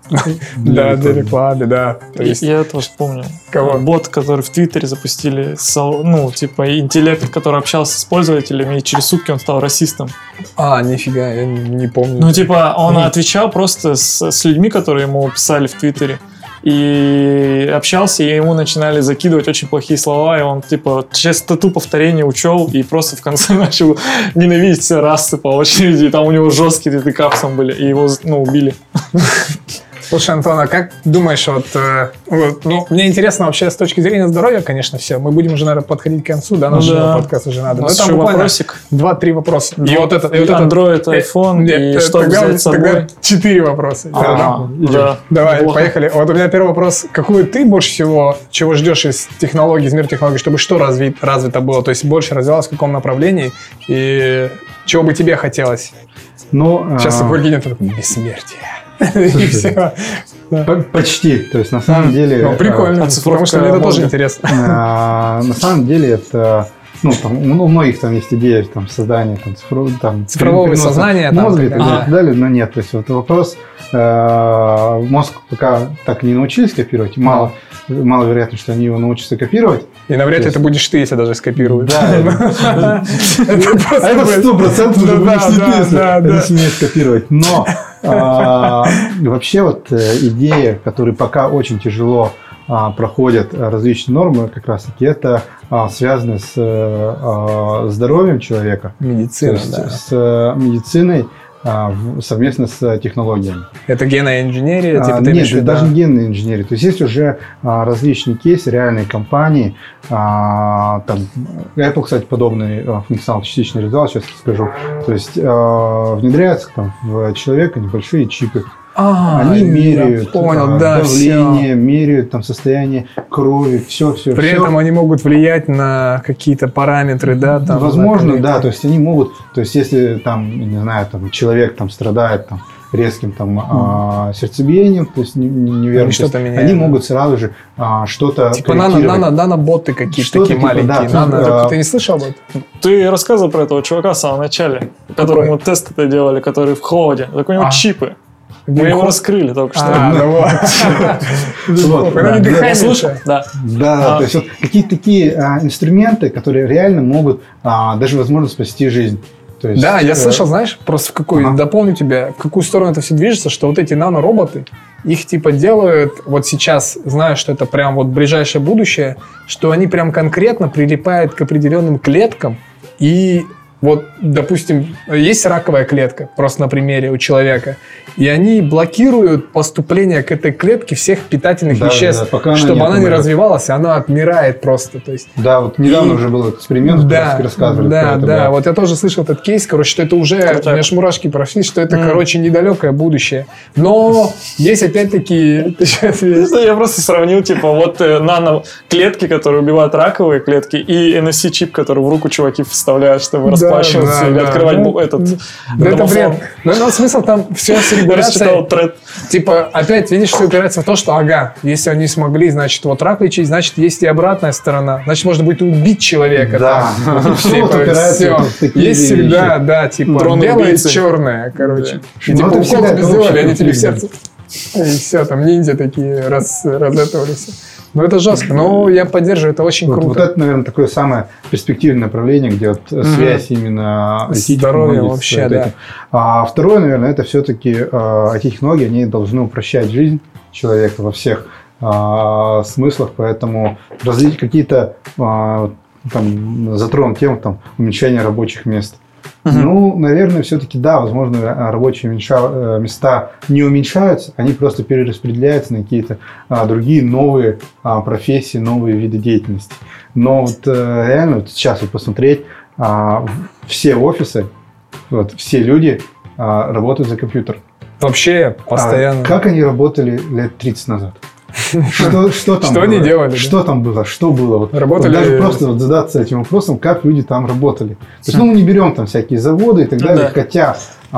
Да, Деливере, да. Я тоже помню. Кого? Бот, который в Твиттере запустили, ну, типа, интеллект, который общался с пользователями, и через сутки он стал расистом. Нифига, я не помню. Ну, типа, он отвечал просто с людьми, которые ему писали в Твиттере. И общался, и ему начинали закидывать очень плохие слова, и он, типа, частоту повторения учел, и просто в конце начал ненавидеть все расы по очереди, и там у него жесткие детекапсом были, и его, ну, убили. Слушай, Антон, а как думаешь, ну, мне интересно вообще с точки зрения здоровья, конечно, все. Мы будем уже, наверное, подходить к концу, да, нашего подкаста уже надо. У нас еще вопросик. 2-3 вопроса. И вот это Android, iPhone, и что взять с собой. Тогда 4 вопроса. Да. Давай, поехали. Вот у меня первый вопрос. Какую ты больше всего, чего ждешь из технологий, из мира технологий, чтобы что развито было? То есть больше развивалось в каком направлении? И чего бы тебе хотелось? Сейчас Гургинин бессмертие. И все. Почти. То есть, на самом деле... Прикольно, потому что мне это тоже интересно. На самом деле, это... Ну, там, у многих там есть идея там, создания цифрового сознания мозга и так далее, но нет. То есть, вот вопрос, мозг пока так и не научились копировать, маловероятно, что они его научатся копировать. И навряд ли это будешь ты, если даже скопируют. Да. Это 100% уже будешь не ты, если они сумеют скопировать. Но вообще вот идея, которая пока очень тяжело проходят различные нормы, как раз таки это связано с здоровьем человека, с медициной, совместно с технологиями. Это генная инженерия? Нет, это даже не генная инженерия. То есть есть уже различные кейсы, реальные компании. Там, Apple, кстати, подобный функционал частично реализовал, сейчас расскажу. То есть внедряются там, в человека небольшие чипы. Они меряют давление, меряют там, состояние крови, все. При этом они могут влиять на какие-то параметры, да? Там, возможно, да. То есть они могут, то есть если там, не знаю, там, человек там, страдает там, резким там, сердцебиением, то есть неверно, они могут сразу же что-то типа наноботы какие-то такие маленькие. Ты не слышал об этом? Ты рассказывал про этого чувака в самом начале, которому тест это делали, который в холоде. Так у него чипы. Мы его раскрыли только что. Слушай? Да, то есть вот какие-то такие инструменты, которые реально могут даже, возможно, спасти жизнь. Да, я слышал, знаешь, просто в какую, дополню тебя, в какую сторону это все движется, что вот эти нанороботы, их типа делают, вот сейчас, знаю, что это прям вот ближайшее будущее, что они прям конкретно прилипают к определенным клеткам и Вот, допустим, есть раковая клетка, просто на примере у человека, и они блокируют поступление к этой клетке всех питательных веществ, чтобы она не развивалась, она отмирает просто. То есть, да, вот недавно уже был эксперимент, рассказывали про это. Да, вот я тоже слышал этот кейс, короче, что это уже, у меня аж мурашки прошли, что это, короче, недалекое будущее. Но есть опять-таки... Я просто сравнил, типа, вот нано-клетки, которые убивают раковые клетки, и NFC-чип, который в руку чуваки вставляют, чтобы расплачиваться или открывать этот это бред. Но смысл там все с регуляцией. Типа, опять, видишь, что упирается в то, что, если они смогли, значит, вот рак лечить, значит, есть и обратная сторона. Значит, можно будет убить человека. Да. Все. Есть всегда, типа, белое и черное, короче. И типа, укол сделали, они тебе в сердце. И все, там ниндзя такие разэтовались. Ну, это жестко, но я поддерживаю, это очень круто. Вот это, наверное, такое самое перспективное направление, где вот связь именно здоровья вообще, да. А второе, наверное, это все-таки IT-технологии, они должны упрощать жизнь человека во всех смыслах, поэтому развить какие-то, там, затронут тему, там, уменьшения рабочих мест. Ну, наверное, все-таки, да, возможно, рабочие места не уменьшаются, они просто перераспределяются на какие-то другие новые профессии, новые виды деятельности. Но вот реально вот сейчас вот посмотреть, все офисы, вот, все люди работают за компьютером. Вообще, постоянно. Как они работали лет 30 назад? Что там было? Они делали? Что там было? Что было? Вот, работали... вот даже просто вот задаться этим вопросом, как люди там работали. То есть, мы не берем там всякие заводы и так далее, хотя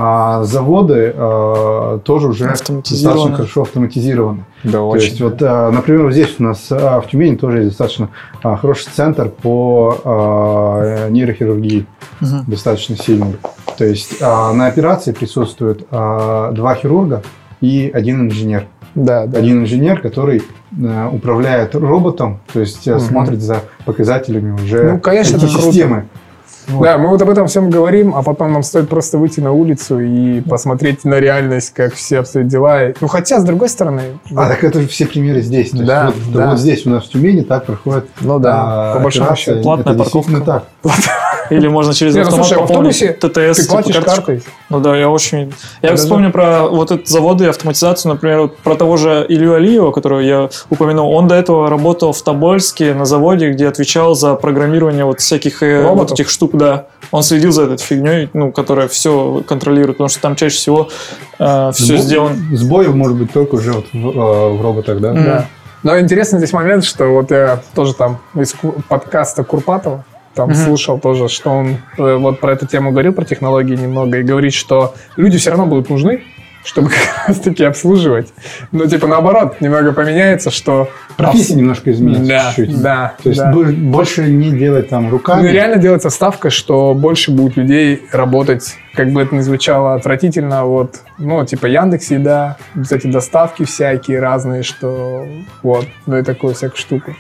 заводы тоже уже достаточно хорошо автоматизированы. Да, То очень. есть, вот, например, вот здесь у нас в Тюмени тоже есть достаточно хороший центр по нейрохирургии, достаточно сильный. То есть, на операции присутствуют 2 хирурга и 1 инженер. Да. Один инженер, который управляет роботом, то есть смотрит за показателями уже системы. Вот. Да, мы вот об этом всем говорим, а потом нам стоит просто выйти на улицу и посмотреть на реальность, как все обстоят дела. Ну, хотя, с другой стороны... так это же все примеры здесь. То есть, вот здесь у нас в Тюмени так проходит. Ну да, по большому счету. Платная парковка. Так. Или можно через автомат в автобусе ТТС. Ты платишь картой. Ну да, я вспомню про вот этот заводы и автоматизацию, например, вот про того же Илью Алиева, которого я упомянул. Он до этого работал в Тобольске на заводе, где отвечал за программирование вот всяких вот этих штук, да. Он следил за этой фигней, которая все контролирует, потому что там чаще всего все сделано. Сбой может быть только уже вот в роботах, да? Да. Но интересный здесь момент, что вот я тоже там из подкаста Курпатова там слушал тоже, что он вот про эту тему говорил, про технологии немного, и говорит, что люди все равно будут нужны, чтобы как раз-таки обслуживать. Но типа наоборот, немного поменяется, что... Профессия немножко изменится чуть-чуть. Да. То есть больше не делать там руками. Ну, реально делается ставка, что больше будет людей работать, как бы это ни звучало отвратительно, вот, типа Яндекс.Еда, эти доставки всякие разные, что вот, и такую всякую штуку.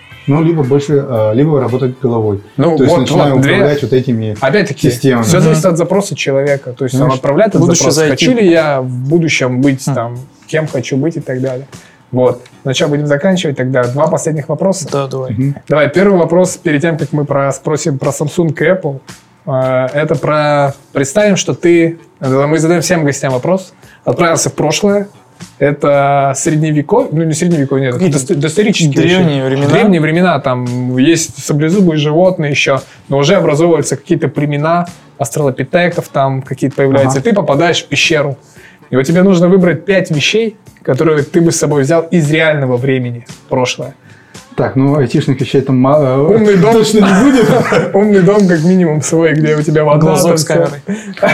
Либо работать головой. То есть начинаем управлять вот этими системами. Все зависит от запроса человека. То есть он отправляет этот запрос. Хочу ли я в будущем быть там, кем хочу быть и так далее. Вот. На чем будем заканчивать тогда? 2 последних вопроса. Да, давай. Давай, первый вопрос, перед тем, как мы спросим про Samsung и Apple. Это про... Представим, что мы задаем всем гостям вопрос. Отправился в прошлое. Это средневековье, не средневековье, нет, доисторические древние времена. Древние времена, там есть саблезубые животные еще, но уже образовываются какие-то племена австралопитеков, там какие-то появляются, и ты попадаешь в пещеру. И вот тебе нужно выбрать 5 вещей, которые ты бы с собой взял из реального времени, прошлое. Так, айтишных вещей там мало. Умный дом точно не будет. Умный дом, как минимум, свой, где у тебя вода. Глазок с камерой.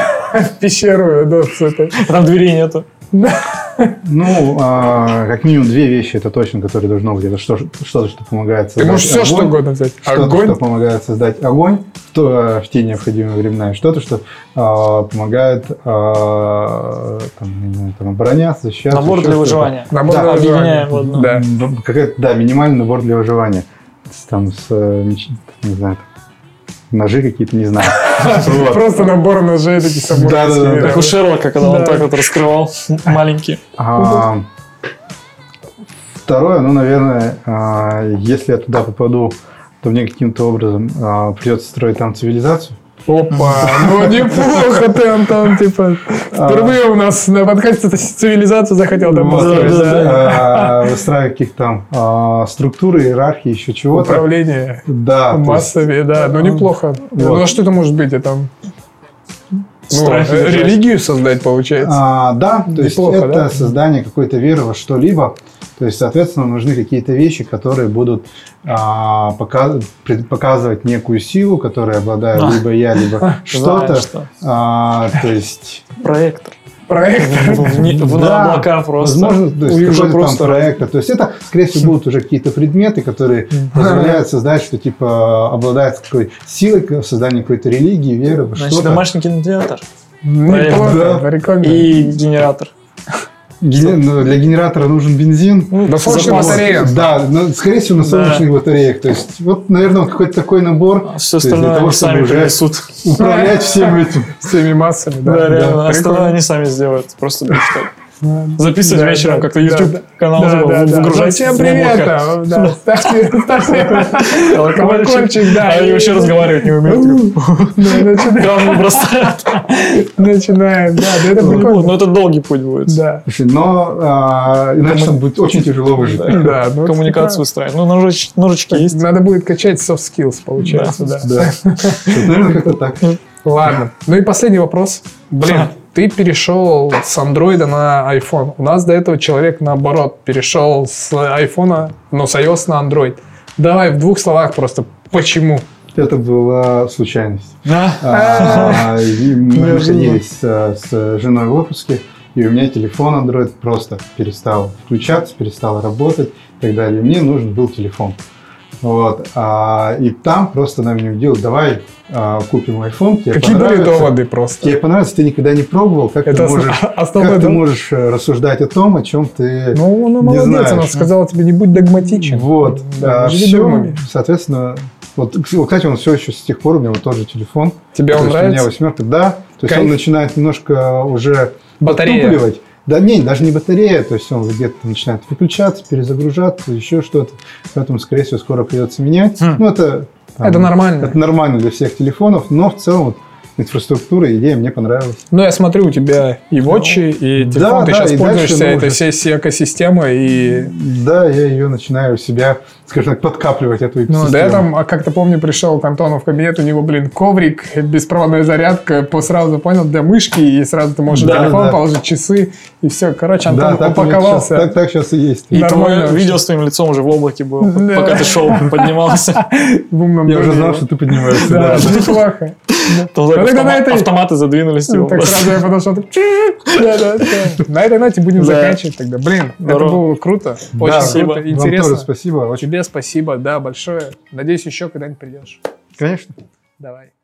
Пещеру, да, с этой. Там дверей нету. Как минимум 2 вещи, это точно, которые должно быть. Это что-то, что помогает создать. Ты можешь все, что угодно взять. Что-то, что помогает создать огонь в те необходимые времена. И что-то, что помогает обороняться, защищаться. Набор для выживания. Объединяем. Да, минимальный набор для выживания. Там не знаю, ножи какие-то, не знаю. Просто набор ножей такие самурайские. Да. Как у Шерлока, когда он так вот раскрывал маленькие. Второе, наверное, если я туда попаду, то мне каким-то образом придется строить там цивилизацию. Опа, ну неплохо ты, Антон, типа, впервые у нас на подкасте цивилизацию захотел там построить. Выстраивать каких-то там структуры, иерархии, еще чего-то. Управление массами, да, ну неплохо. Ну а что это может быть? Это религию создать, получается? Да, то есть это создание какой-то веры во что-либо. То есть, соответственно, нужны какие-то вещи, которые будут показывать некую силу, которой обладаю либо я, либо что-то. То есть... Проектор. На облака просто. Возможно, то есть какой-то там проектор. То есть это, скорее всего, будут уже какие-то предметы, которые позволяют создать, что типа обладает какой-то силой в создании какой-то религии, веры во что-то. Значит, домашний кинотеатр. И генератор. Для генератора нужен бензин. На солнечных батареях. Да, но, скорее всего, на солнечных батареях. То есть, вот, наверное, какой-то такой набор. Все остальное они сами принесут. Управлять всем этим. Всеми массами. Да, реально. Остальное они сами сделают. Просто мечтать. Записывать вечером как-то YouTube-канал выгружать. Всем привет! Ставьте колокольчик, да. Они вообще разговаривать не умеют. Камни бросают. Начинаем, да. Это прикольно. Но это долгий путь будет. Да. Но иначе там будет очень тяжело выжить. Коммуникацию устраивать. Ну, ножички есть. Надо будет качать soft skills, получается, да. Наверное, как-то так. Ладно. Ну и последний вопрос. Блин, ты перешел с Android на iPhone. У нас до этого человек, наоборот, перешел с iPhone, с iOS на Android. Давай в 2 словах просто, почему? Это была случайность. Мы находились с женой в отпуске, и у меня телефон Android просто перестал включаться, перестал работать и так далее. Мне нужен был телефон. Вот. И там просто она мне удивила: давай купим iPhone. Какие были доводы просто? Тебе понравится, ты никогда не пробовал, как ты можешь рассуждать о том, о чем ты не знаешь. Она сказала тебе: не будь догматичен. Вот. Все, соответственно, вот, кстати, он все еще с тех пор, у меня вот тоже телефон. Тебе он нравится? У меня 8, да. То есть он начинает немножко уже подтупливать. Да нет, даже не батарея, то есть он где-то начинает выключаться, перезагружаться, еще что-то. Поэтому, скорее всего, скоро придется менять. Ну, это нормально. Это нормально для всех телефонов, но в целом вот, инфраструктура, идея мне понравилась. Ну, я смотрю, у тебя и Watch, и телефон, ты сейчас пользуешься этой всей экосистемой. И... Да, я ее начинаю у себя, скажем так, подкапливать, эту экосистему. Ну, да, я там, как-то помню, пришел к Антону в кабинет, у него, коврик, беспроводная зарядка, сразу понял, для мышки, и сразу ты можешь телефон положить, часы, и все. Короче, Антон упаковался. Так сейчас и есть. И твое видео с твоим лицом уже в облаке было, пока ты шел, поднимался. Я уже знал, что ты поднимаешься. Да, неплохо. Автоматы задвинулись. Так сразу я подошел. На этой ноте будем заканчивать тогда. Блин, это было круто. Очень круто, интересно. Вам тоже спасибо. Тебе спасибо, да, большое. Надеюсь, еще когда-нибудь придешь. Конечно. Давай.